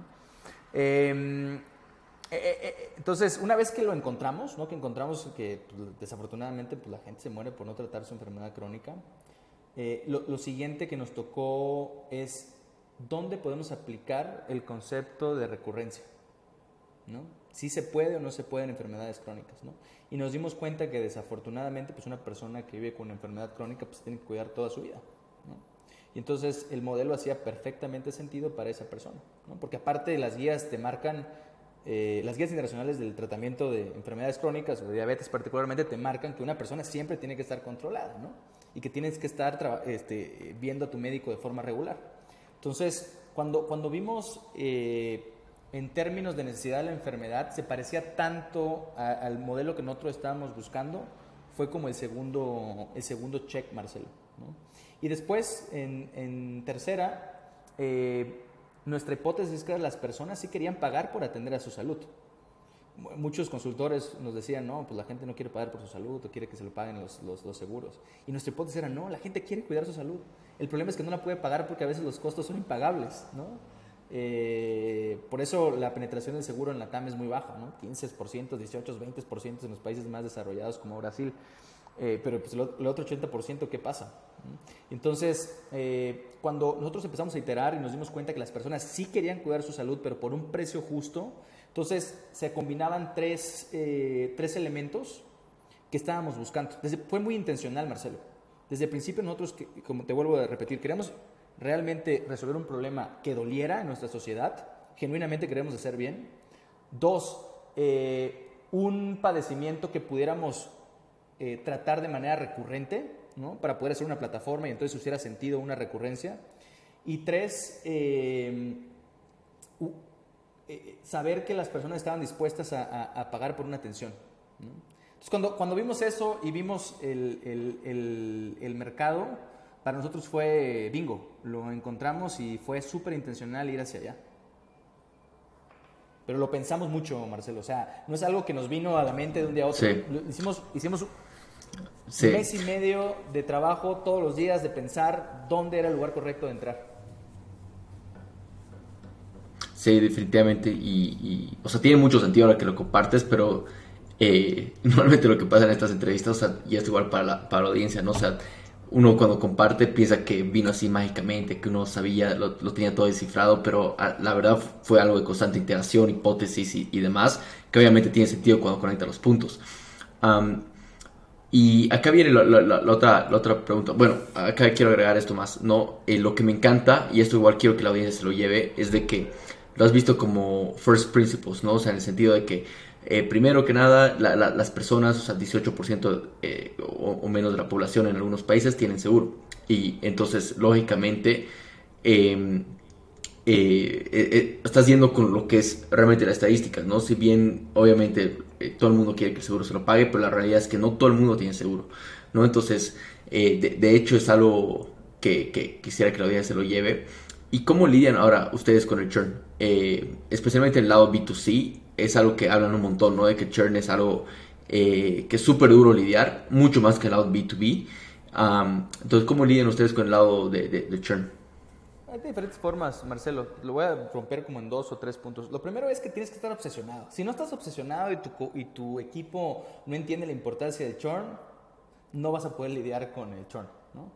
Eh, eh, eh, entonces, una vez que lo encontramos, ¿no? Que encontramos que pues, desafortunadamente pues, la gente se muere por no tratar su enfermedad crónica, eh, lo, lo siguiente que nos tocó es dónde podemos aplicar el concepto de recurrencia, ¿no? Si se puede o no se puede en enfermedades crónicas, ¿no? Y nos dimos cuenta que desafortunadamente pues una persona que vive con una enfermedad crónica pues tiene que cuidar toda su vida, ¿no? Y entonces el modelo hacía perfectamente sentido para esa persona, ¿no? Porque aparte de las guías te marcan, eh, las guías internacionales del tratamiento de enfermedades crónicas o de diabetes particularmente te marcan que una persona siempre tiene que estar controlada, ¿no? Y que tienes que estar este, viendo a tu médico de forma regular. Entonces, cuando, cuando vimos... Eh, en términos de necesidad de la enfermedad, se parecía tanto a, al modelo que nosotros estábamos buscando, fue como el segundo, el segundo check, Marcelo, ¿no? Y después, en, en tercera, eh, nuestra hipótesis es que las personas sí querían pagar por atender a su salud. Muchos consultores nos decían, no, pues la gente no quiere pagar por su salud o quiere que se lo paguen los, los, los seguros. Y nuestra hipótesis era, no, la gente quiere cuidar su salud. El problema es que no la puede pagar porque a veces los costos son impagables, ¿no? Eh, por eso la penetración del seguro en la T A M es muy baja, ¿no? quince por ciento, dieciocho por ciento, veinte por ciento en los países más desarrollados como Brasil. Eh, pero pues, lo, el otro ochenta por ciento, ¿qué pasa? Entonces, eh, cuando nosotros empezamos a iterar y nos dimos cuenta que las personas sí querían cuidar su salud, pero por un precio justo, entonces se combinaban tres, eh, tres elementos que estábamos buscando. Desde, fue muy intencional, Marcelo. Desde el principio nosotros, como te vuelvo a repetir, queríamos realmente resolver un problema que doliera en nuestra sociedad, genuinamente queremos hacer bien. Dos, eh, un padecimiento que pudiéramos eh, tratar de manera recurrente, ¿no? Para poder hacer una plataforma y entonces hiciera sentido una recurrencia. Y tres, eh, uh, eh, saber que las personas estaban dispuestas a, a, a pagar por una atención, ¿no? Entonces, cuando, cuando vimos eso y vimos el, el, el, el mercado, para nosotros fue bingo, lo encontramos y fue súper intencional ir hacia allá. Pero lo pensamos mucho, Marcelo, o sea, no es algo que nos vino a la mente de un día a otro. Sí. Lo hicimos, hicimos sí. un mes y medio de trabajo todos los días de pensar dónde era el lugar correcto de entrar. Sí, definitivamente, y, y o sea, tiene mucho sentido ahora que lo compartes, pero eh, normalmente lo que pasa en estas entrevistas, o sea, y es igual para la, para la audiencia, ¿no? O sea, uno cuando comparte piensa que vino así mágicamente, que uno sabía, lo, lo tenía todo descifrado, pero a, la verdad fue algo de constante iteración, hipótesis y, y demás, que obviamente tiene sentido cuando conecta los puntos. Um, y acá viene la, la, la, la, otra, la otra pregunta. Bueno, acá quiero agregar esto más, ¿no? Eh, lo que me encanta, y esto igual quiero que la audiencia se lo lleve, es de que lo has visto como first principles, ¿no? O sea, en el sentido de que Eh, primero que nada, la, la, las personas, o sea, dieciocho por ciento eh, o, o menos de la población en algunos países tienen seguro. Y entonces, lógicamente, eh, eh, eh, estás yendo con lo que es realmente la estadística, ¿no? Si bien, obviamente, eh, todo el mundo quiere que el seguro se lo pague, pero la realidad es que no todo el mundo tiene seguro, ¿no? Entonces, eh, de, de hecho, es algo que, que quisiera que la audiencia se lo lleve. ¿Y cómo lidian ahora ustedes con el churn? Eh, especialmente en el lado B dos C, es algo que hablan un montón, ¿no? De que churn es algo eh, que es súper duro lidiar, mucho más que el lado B dos B. Um, entonces, ¿cómo lidian ustedes con el lado de, de, de churn? Hay diferentes formas, Marcelo. Lo voy a romper como en dos o tres puntos. Lo primero es que tienes que estar obsesionado. Si no estás obsesionado y tu, y tu equipo no entiende la importancia del churn, no vas a poder lidiar con el churn, ¿no?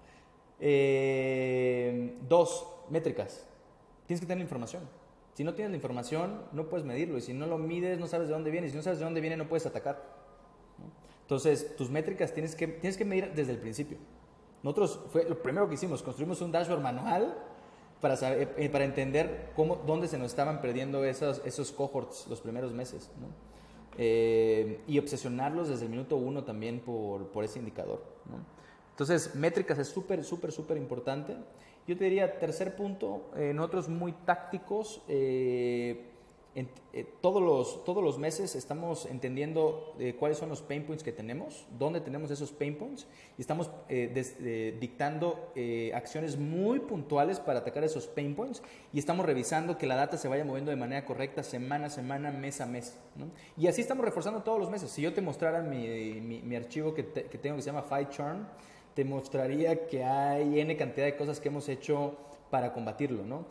Eh, dos, métricas. Tienes que tener la información. Si no tienes la información, no puedes medirlo. Y si no lo mides, no sabes de dónde viene. Y si no sabes de dónde viene, no puedes atacar, ¿no? Entonces, tus métricas tienes que, tienes que medir desde el principio. Nosotros, fue lo primero que hicimos, construimos un dashboard manual para, saber, eh, para entender cómo, dónde se nos estaban perdiendo esos, esos cohorts los primeros meses, ¿no? Eh, y obsesionarlos desde el minuto uno también por, por ese indicador, ¿no? Entonces, métricas es súper, súper, súper importante. Yo te diría, tercer punto, eh, nosotros muy tácticos, eh, en, eh, todos, los, todos los meses estamos entendiendo eh, cuáles son los pain points que tenemos, dónde tenemos esos pain points, y estamos eh, des, eh, dictando eh, acciones muy puntuales para atacar esos pain points, y estamos revisando que la data se vaya moviendo de manera correcta semana a semana, mes a mes, ¿no? Y así estamos reforzando todos los meses. Si yo te mostrara mi, mi, mi archivo que, te, que tengo que se llama Fight Churn, te mostraría que hay N cantidad de cosas que hemos hecho para combatirlo, ¿no?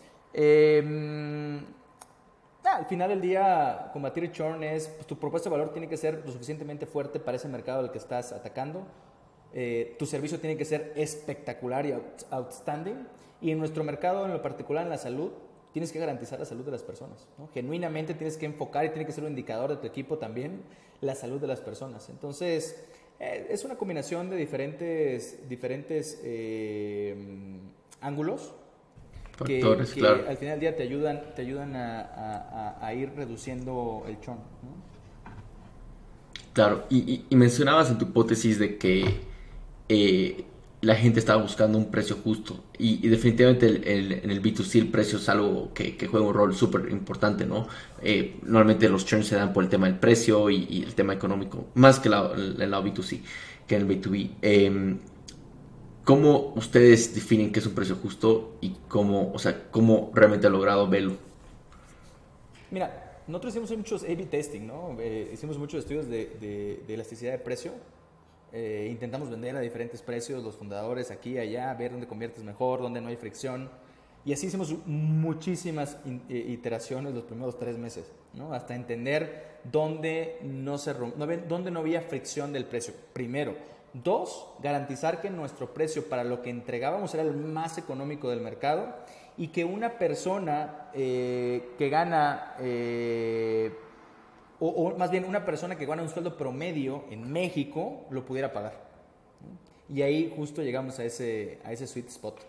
Eh, al final del día, combatir el churn es, pues, tu propuesta de valor tiene que ser lo suficientemente fuerte para ese mercado al que estás atacando. Eh, tu servicio tiene que ser espectacular y out, outstanding. Y en nuestro mercado, en lo particular en la salud, tienes que garantizar la salud de las personas, ¿no? Genuinamente tienes que enfocar y tiene que ser un indicador de tu equipo también, la salud de las personas. Entonces, eh, es una combinación de diferentes, diferentes eh, ángulos. Que, Factores, que claro. al final del día te ayudan, te ayudan a, a, a ir reduciendo el churn, ¿no? Claro, y, y, y mencionabas en tu hipótesis de que eh, la gente estaba buscando un precio justo, y, y definitivamente el, el, en el B dos C el precio es algo que, que juega un rol súper importante, ¿no? Eh, normalmente los churns se dan por el tema del precio y, y el tema económico, más que la, el, el lado B dos C que en el B dos B. Eh, ¿Cómo ustedes definen qué es un precio justo y cómo, o sea, cómo realmente ha logrado verlo? Mira, nosotros hicimos muchos A B testing, ¿no? Eh, hicimos muchos estudios de, de, de elasticidad de precio. Eh, intentamos vender a diferentes precios, los fundadores aquí y allá, ver dónde conviertes mejor, dónde no hay fricción. Y así hicimos muchísimas in, eh, iteraciones los primeros tres meses, ¿no? Hasta entender dónde no, se romp, no, dónde no había fricción del precio, primero. Dos, garantizar que nuestro precio para lo que entregábamos era el más económico del mercado y que una persona eh, que gana, eh, o, o más bien una persona que gana un sueldo promedio en México lo pudiera pagar, ¿no? Y ahí justo llegamos a ese, a ese sweet spot.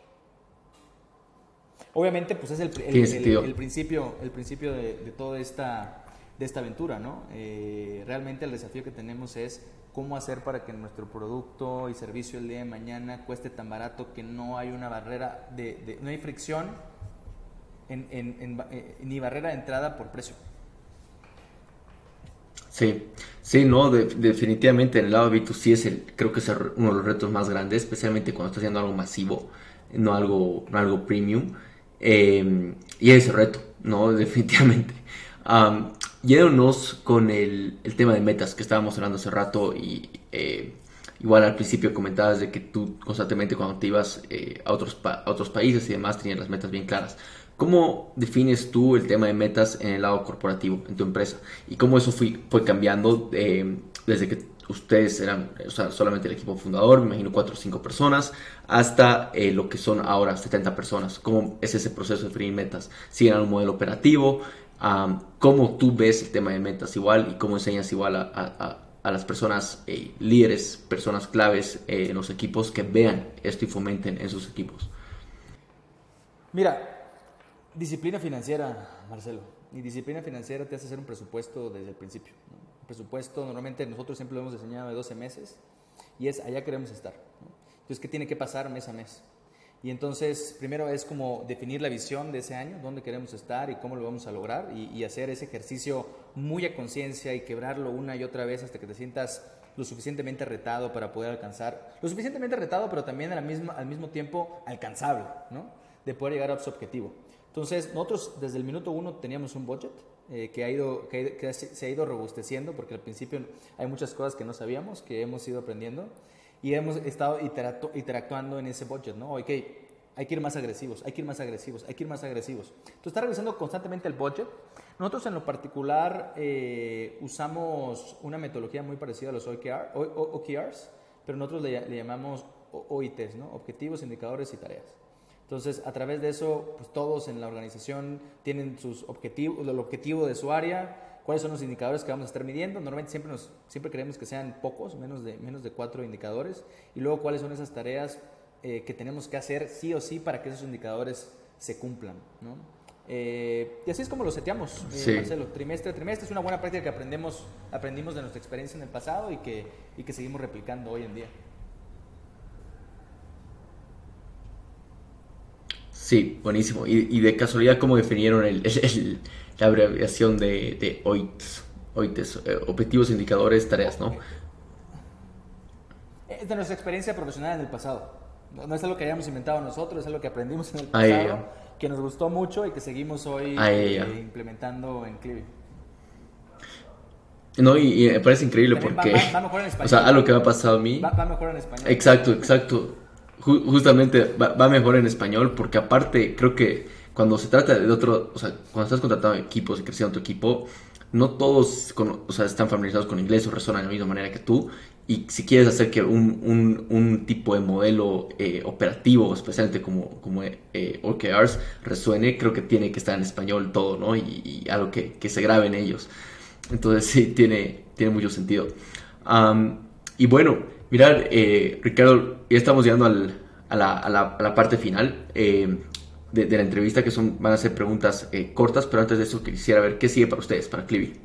Obviamente, pues es el, el, el, el, el principio, el principio de, de toda esta, de esta aventura, ¿no? Eh, realmente el desafío que tenemos es cómo hacer para que nuestro producto y servicio el día de mañana cueste tan barato que no hay una barrera de, de no hay fricción en, en, en, eh, ni barrera de entrada por precio. Sí, sí, no, de, definitivamente en el lado B dos C es el, creo que es uno de los retos más grandes, especialmente cuando estás haciendo algo masivo, no algo, no algo premium, eh, y es ese reto, no, definitivamente. Um, Yéndonos con el, el tema de metas que estábamos hablando hace rato, y eh, igual al principio comentabas de que tú constantemente cuando te ibas eh, a, otros pa- a otros países y demás tenías las metas bien claras. ¿Cómo defines tú el tema de metas en el lado corporativo, en tu empresa? ¿Y cómo eso fue, fue cambiando eh, desde que ustedes eran, o sea, solamente el equipo fundador, me imagino cuatro o cinco personas, hasta eh, lo que son ahora setenta personas? ¿Cómo es ese proceso de definir metas? ¿Siguen un modelo operativo? Um, ¿Cómo tú ves el tema de metas igual y cómo enseñas igual a, a, a las personas eh, líderes, personas claves eh, en los equipos que vean esto y fomenten en sus equipos? Mira, disciplina financiera, Marcelo. Y disciplina financiera te hace hacer un presupuesto desde el principio, ¿no? Un presupuesto, normalmente nosotros siempre lo hemos diseñado de doce meses y es allá queremos estar, ¿no? Entonces, ¿qué tiene que pasar mes a mes? Y entonces, primero es como definir la visión de ese año, dónde queremos estar y cómo lo vamos a lograr, y, y hacer ese ejercicio muy a conciencia y quebrarlo una y otra vez hasta que te sientas lo suficientemente retado para poder alcanzar, lo suficientemente retado, pero también al mismo, al mismo tiempo alcanzable, ¿no? De poder llegar a su objetivo. Entonces, nosotros desde el minuto uno teníamos un budget eh, que, ha ido, que, que se ha ido robusteciendo, porque al principio hay muchas cosas que no sabíamos, que hemos ido aprendiendo. Y hemos estado interactu- interactuando en ese budget, ¿no? Ok, hay que ir más agresivos, hay que ir más agresivos, hay que ir más agresivos. Entonces, está revisando constantemente el budget. Nosotros, en lo particular, eh, usamos una metodología muy parecida a los O K R, O K Rs, pero nosotros le, le llamamos O I Ts, ¿no? Objetivos, indicadores y tareas. Entonces, a través de eso, pues todos en la organización tienen sus objetivos, el objetivo de su área, cuáles son los indicadores que vamos a estar midiendo. Normalmente siempre, nos, siempre queremos que sean pocos, menos de, menos de cuatro indicadores. Y luego cuáles son esas tareas eh, que tenemos que hacer sí o sí para que esos indicadores se cumplan, ¿no? Eh, y así es como lo seteamos, eh, Sí. Marcelo, trimestre a trimestre. Es una buena práctica que aprendemos, aprendimos de nuestra experiencia en el pasado y que, y que seguimos replicando hoy en día. Sí, buenísimo. Y, y de casualidad, ¿cómo definieron el, el- el- la abreviación de, de O I T S? O I T S, eh, objetivos, indicadores, tareas, ¿no? Es de nuestra experiencia profesional en el pasado. No, no es algo que hayamos inventado nosotros, es algo que aprendimos en el Ah, ya, ya. pasado, que nos gustó mucho y que seguimos hoy Ah, ya, ya. eh, implementando en Clivi. No, y, y me parece increíble También va, porque, va- va mejor en o sea, español, algo que me ¿no? ha pasado a Va, mí. va mejor en español. Exacto, exacto. Ju- justamente va, va mejor en español porque aparte creo que cuando se trata de otro, o sea, cuando estás contratando equipos y creciendo tu equipo, no todos con- o sea, están familiarizados con inglés o resuenan de la misma manera que tú. Y si quieres hacer que un, un, un tipo de modelo eh, operativo, especialmente como, como eh, O K Rs, resuene, creo que tiene que estar en español todo, ¿no? Y, y algo que, que se grabe en ellos. Entonces sí, tiene, tiene mucho sentido. Am, y bueno, mirar, eh, Ricardo, ya estamos llegando al- a, la, a la- a la parte final eh, de, de la entrevista, que son, van a ser preguntas eh, cortas, pero antes de eso quisiera ver qué sigue para ustedes, para Clivi.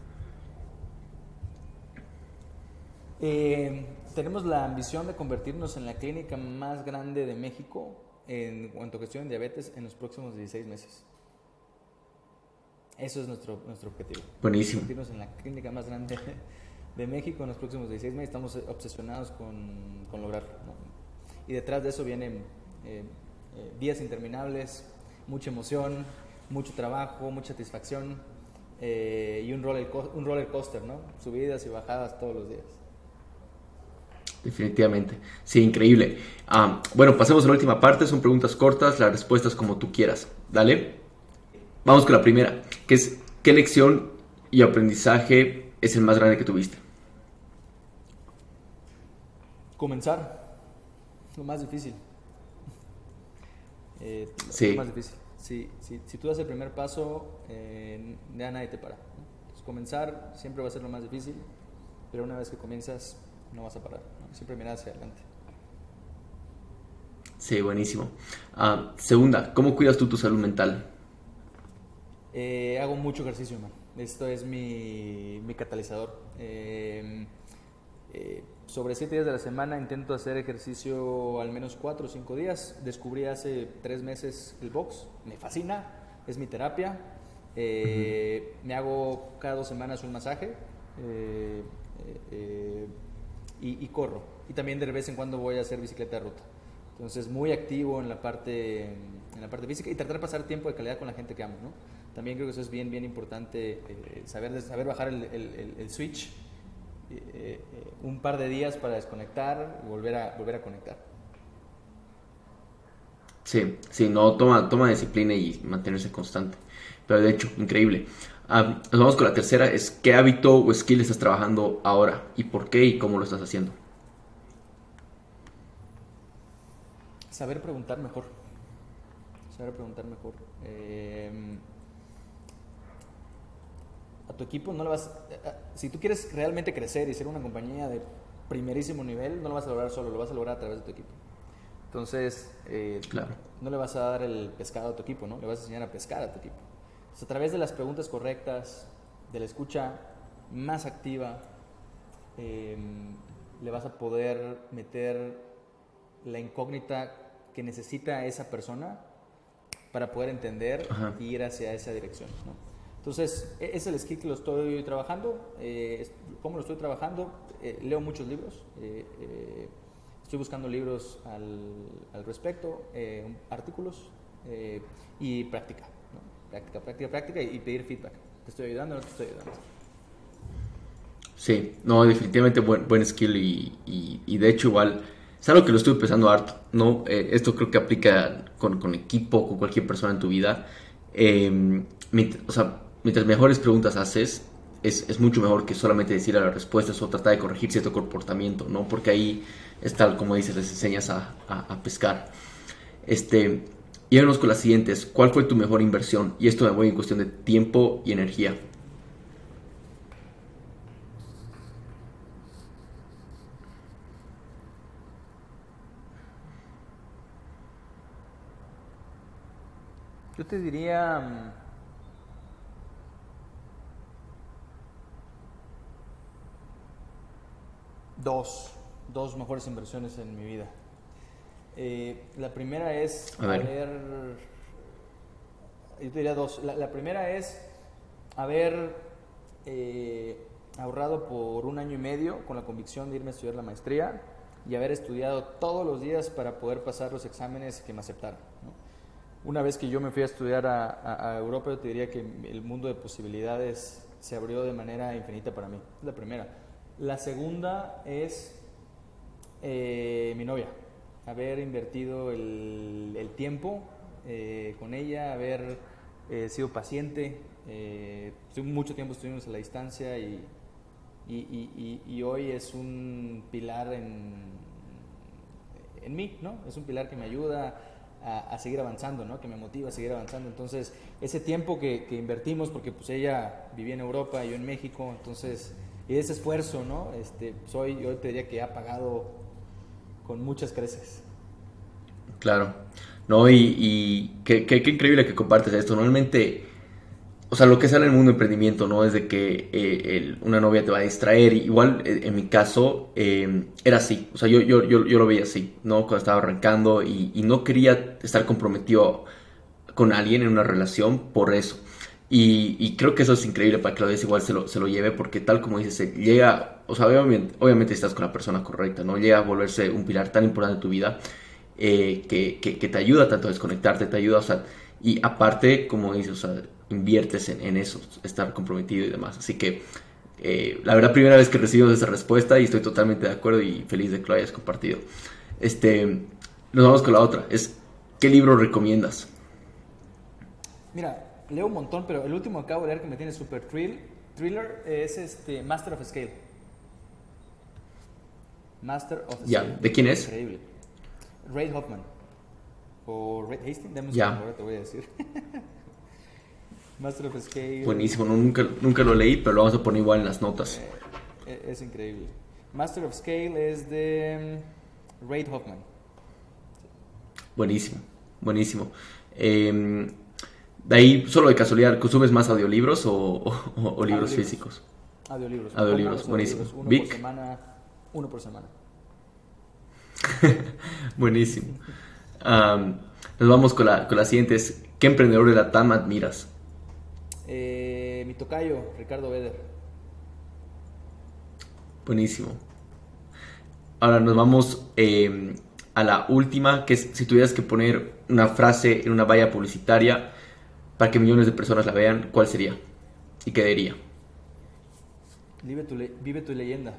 Eh, tenemos la ambición de convertirnos en la clínica más grande de México en cuanto a cuestión de diabetes en los próximos dieciséis meses. Eso es nuestro, nuestro objetivo. Buenísimo. Convertirnos en la clínica más grande de México en los próximos dieciséis meses. Estamos obsesionados con, con lograrlo, ¿no? Y detrás de eso vienen eh, eh, días interminables, mucha emoción, mucho trabajo, mucha satisfacción eh, y un roller, co- un roller coaster, ¿no? Subidas y bajadas todos los días. Definitivamente. Sí, increíble. Am, bueno, pasemos a la última parte. Son preguntas cortas, las respuestas como tú quieras. Dale. Vamos con la primera, que es, ¿qué lección y aprendizaje es el más grande que tuviste? Comenzar, lo más difícil. Eh, lo- Sí, lo más difícil. Si, si, si tú das el primer paso, eh, ya nadie te para, ¿no? Entonces, comenzar siempre va a ser lo más difícil, pero una vez que comienzas, no vas a parar, ¿no? Siempre mirar hacia adelante. sí, buenísimo. Ah, segunda, ¿cómo cuidas tú tu salud mental? Eh, hago mucho ejercicio, man. Esto es mi, mi catalizador. Eh, eh, sobre siete días de la semana intento hacer ejercicio al menos cuatro o cinco días. Descubrí hace tres meses el box. Me fascina. Es mi terapia. Eh, me hago cada dos semanas un masaje. eh, eh, eh, y, y corro. Y también de vez en cuando voy a hacer bicicleta de ruta. Entonces, muy activo en la parte, en la parte física y tratar de pasar tiempo de calidad con la gente que amo, ¿no? También creo que eso es bien, bien importante, eh, saber, saber bajar el, el, el- el switch eh, eh, un par de días para desconectar y volver a, volver a conectar. Sí, sí, no, toma, toma disciplina y mantenerse constante. Pero de hecho, increíble. Ah, nos vamos con la tercera, es ¿qué hábito o skill estás trabajando ahora? ¿Y por qué y cómo lo estás haciendo? Saber preguntar mejor. Saber preguntar mejor. Eh, a tu equipo no le vas... a- a- si tú quieres realmente crecer y ser una compañía de primerísimo nivel, no lo vas a lograr solo, lo vas a lograr a través de tu equipo. Entonces, eh, Claro. no le vas a dar el pescado a tu equipo, ¿no? Le vas a enseñar a pescar a tu equipo. Entonces, a través de las preguntas correctas, de la escucha más activa, eh, le vas a poder meter la incógnita que necesita esa persona para poder entender Ajá. y ir hacia esa dirección, ¿no? Entonces, e- es el skill que lo estoy trabajando. Eh, es- ¿Cómo lo estoy trabajando? Eh, leo muchos libros. eh, eh, estoy buscando libros al, al respecto, eh, artículos eh, y práctica, ¿no? Práctica, práctica, práctica y, y pedir feedback. ¿Te estoy ayudando o no te estoy ayudando? Sí, no, definitivamente buen, buen skill y, y, y de hecho igual es algo que lo estoy empezando harto, ¿no? Eh, esto creo que aplica con, con equipo, con cualquier persona en tu vida. Eh, mient- o sea, mientras mejores preguntas haces, es, es mucho mejor que solamente decir a las respuestas o tratar de corregir cierto comportamiento, ¿no? Porque ahí es tal como dices, les enseñas a, a, a pescar. Este, y vamos con las siguientes. ¿Cuál fue tu mejor inversión? Y esto me voy en cuestión de tiempo y energía. Yo te diría mm, dos, dos mejores inversiones en mi vida. Eh, la primera es A ver. haber... Yo te diría dos. La, la primera es haber eh, ahorrado por un año y medio con la convicción de irme a estudiar la maestría y haber estudiado todos los días para poder pasar los exámenes que me aceptaran, ¿no? Una vez que yo me fui a estudiar a, a, a Europa, yo te diría que el mundo de posibilidades se abrió de manera infinita para mí. Es la primera. La segunda es eh, mi novia. Haber invertido el, el tiempo eh, con ella, haber eh, sido paciente. Eh, mucho tiempo estuvimos a la distancia y, y, y, y, y hoy es un pilar en, en mí, ¿no? Es un pilar que me ayuda a, a seguir avanzando, ¿no? Que me motiva a seguir avanzando. Entonces, ese tiempo que, que invertimos, porque pues ella vivía en Europa, yo en México, entonces, y ese esfuerzo, ¿no? Este, soy, yo te diría que ha pagado con muchas creces. Claro, no, y, y qué, qué, qué increíble que compartes esto. Normalmente, o sea, lo que sale en el mundo de emprendimiento, ¿no? Es de que eh, el, una novia te va a distraer. Igual, eh, en mi caso, eh, era así. O sea, yo, yo, yo, yo lo veía así, ¿no? Cuando estaba arrancando y, y no quería estar comprometido con alguien en una relación por eso. Y, y creo que eso es increíble para que la vez igual se lo, se lo lleve, porque tal como dices, se llega, o sea, obviamente, obviamente estás con la persona correcta, ¿no? Llega a volverse un pilar tan importante de tu vida eh, que, que, que te ayuda tanto a desconectarte, te ayuda, o sea, y aparte, como dices, o sea, inviertes en, en eso, estar comprometido y demás. Así que, eh, la verdad, primera vez que recibimos esa respuesta y estoy totalmente de acuerdo y feliz de que lo hayas compartido. Este, nos vamos con la otra, es, ¿qué libro recomiendas? Mira, leo un montón, pero el último que acabo de leer que me tiene super thrill, thriller es este Master of Scale. Master of Scale. Ya, ¿de quién es? Increíble. Reid Hoffman. O Reid Hastings, dame un Ya. segundo, ahora te voy a decir. Master of Scale. Buenísimo, no, nunca, nunca lo leí, pero lo vamos a poner igual en las notas. Eh, es increíble. Master of Scale es de um, Reid Hoffman. Buenísimo, buenísimo. Eh, de ahí, solo de casualidad, ¿consumes más audiolibros o, o, o libros Audiolibros. físicos? Audiolibros. Audiolibros, Pongo los buenísimo. audiolibros, Uno Vic. por semana. Uno por semana. Buenísimo. Um, nos vamos con la, con la siguiente. Es, ¿qué emprendedor de la T A M admiras? Eh, mi tocayo, Ricardo Beder. Buenísimo. Ahora nos vamos eh, a la última, que es si tuvieras que poner una frase en una valla publicitaria para que millones de personas la vean, ¿cuál sería? ¿Y qué diría? Vive tu, le- vive tu leyenda.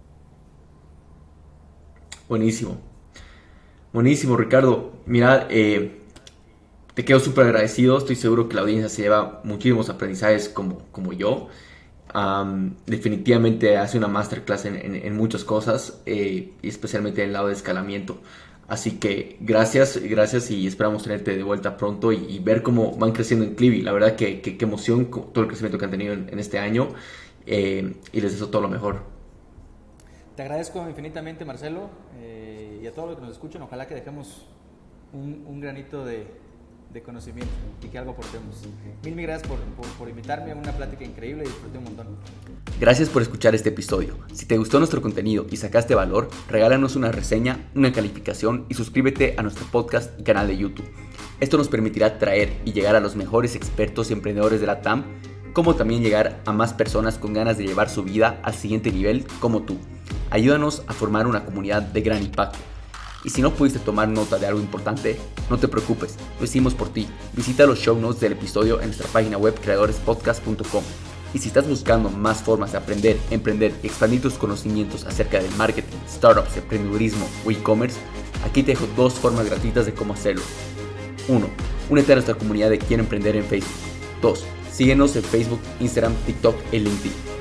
Buenísimo. Buenísimo, Ricardo. Mira, eh, te quedo súper agradecido. Estoy seguro que la audiencia se lleva muchísimos aprendizajes como, como yo. Um, definitivamente hace una masterclass en, en, en muchas cosas, eh, y especialmente en el lado de escalamiento. Así que gracias, gracias y esperamos tenerte de vuelta pronto y, y ver cómo van creciendo en Clivy. La verdad que, que, que emoción con todo el crecimiento que han tenido en, en este año, eh, y les deseo todo lo mejor. Te agradezco infinitamente, Marcelo, eh, y a todos los que nos escuchan. Ojalá que dejemos un, un granito de, de conocimiento y que algo aportemos. Mil, mil gracias por, por, por invitarme a una plática increíble y disfruté un montón. Gracias por escuchar este episodio. Si te gustó nuestro contenido y sacaste valor, regálanos una reseña, una calificación y suscríbete a nuestro podcast y canal de YouTube. Esto nos permitirá traer y llegar a los mejores expertos y emprendedores de la T A M, como también llegar a más personas con ganas de llevar su vida al siguiente nivel como tú. Ayúdanos a formar una comunidad de gran impacto. Y si no pudiste tomar nota de algo importante, no te preocupes, lo hicimos por ti. Visita los show notes del episodio en nuestra página web creadores podcast punto com. Y si estás buscando más formas de aprender, emprender y expandir tus conocimientos acerca del marketing, startups, emprendedurismo o e-commerce, aquí te dejo dos formas gratuitas de cómo hacerlo. uno. Únete a nuestra comunidad de Quiero Emprender en Facebook. dos. Síguenos en Facebook, Instagram, TikTok y LinkedIn.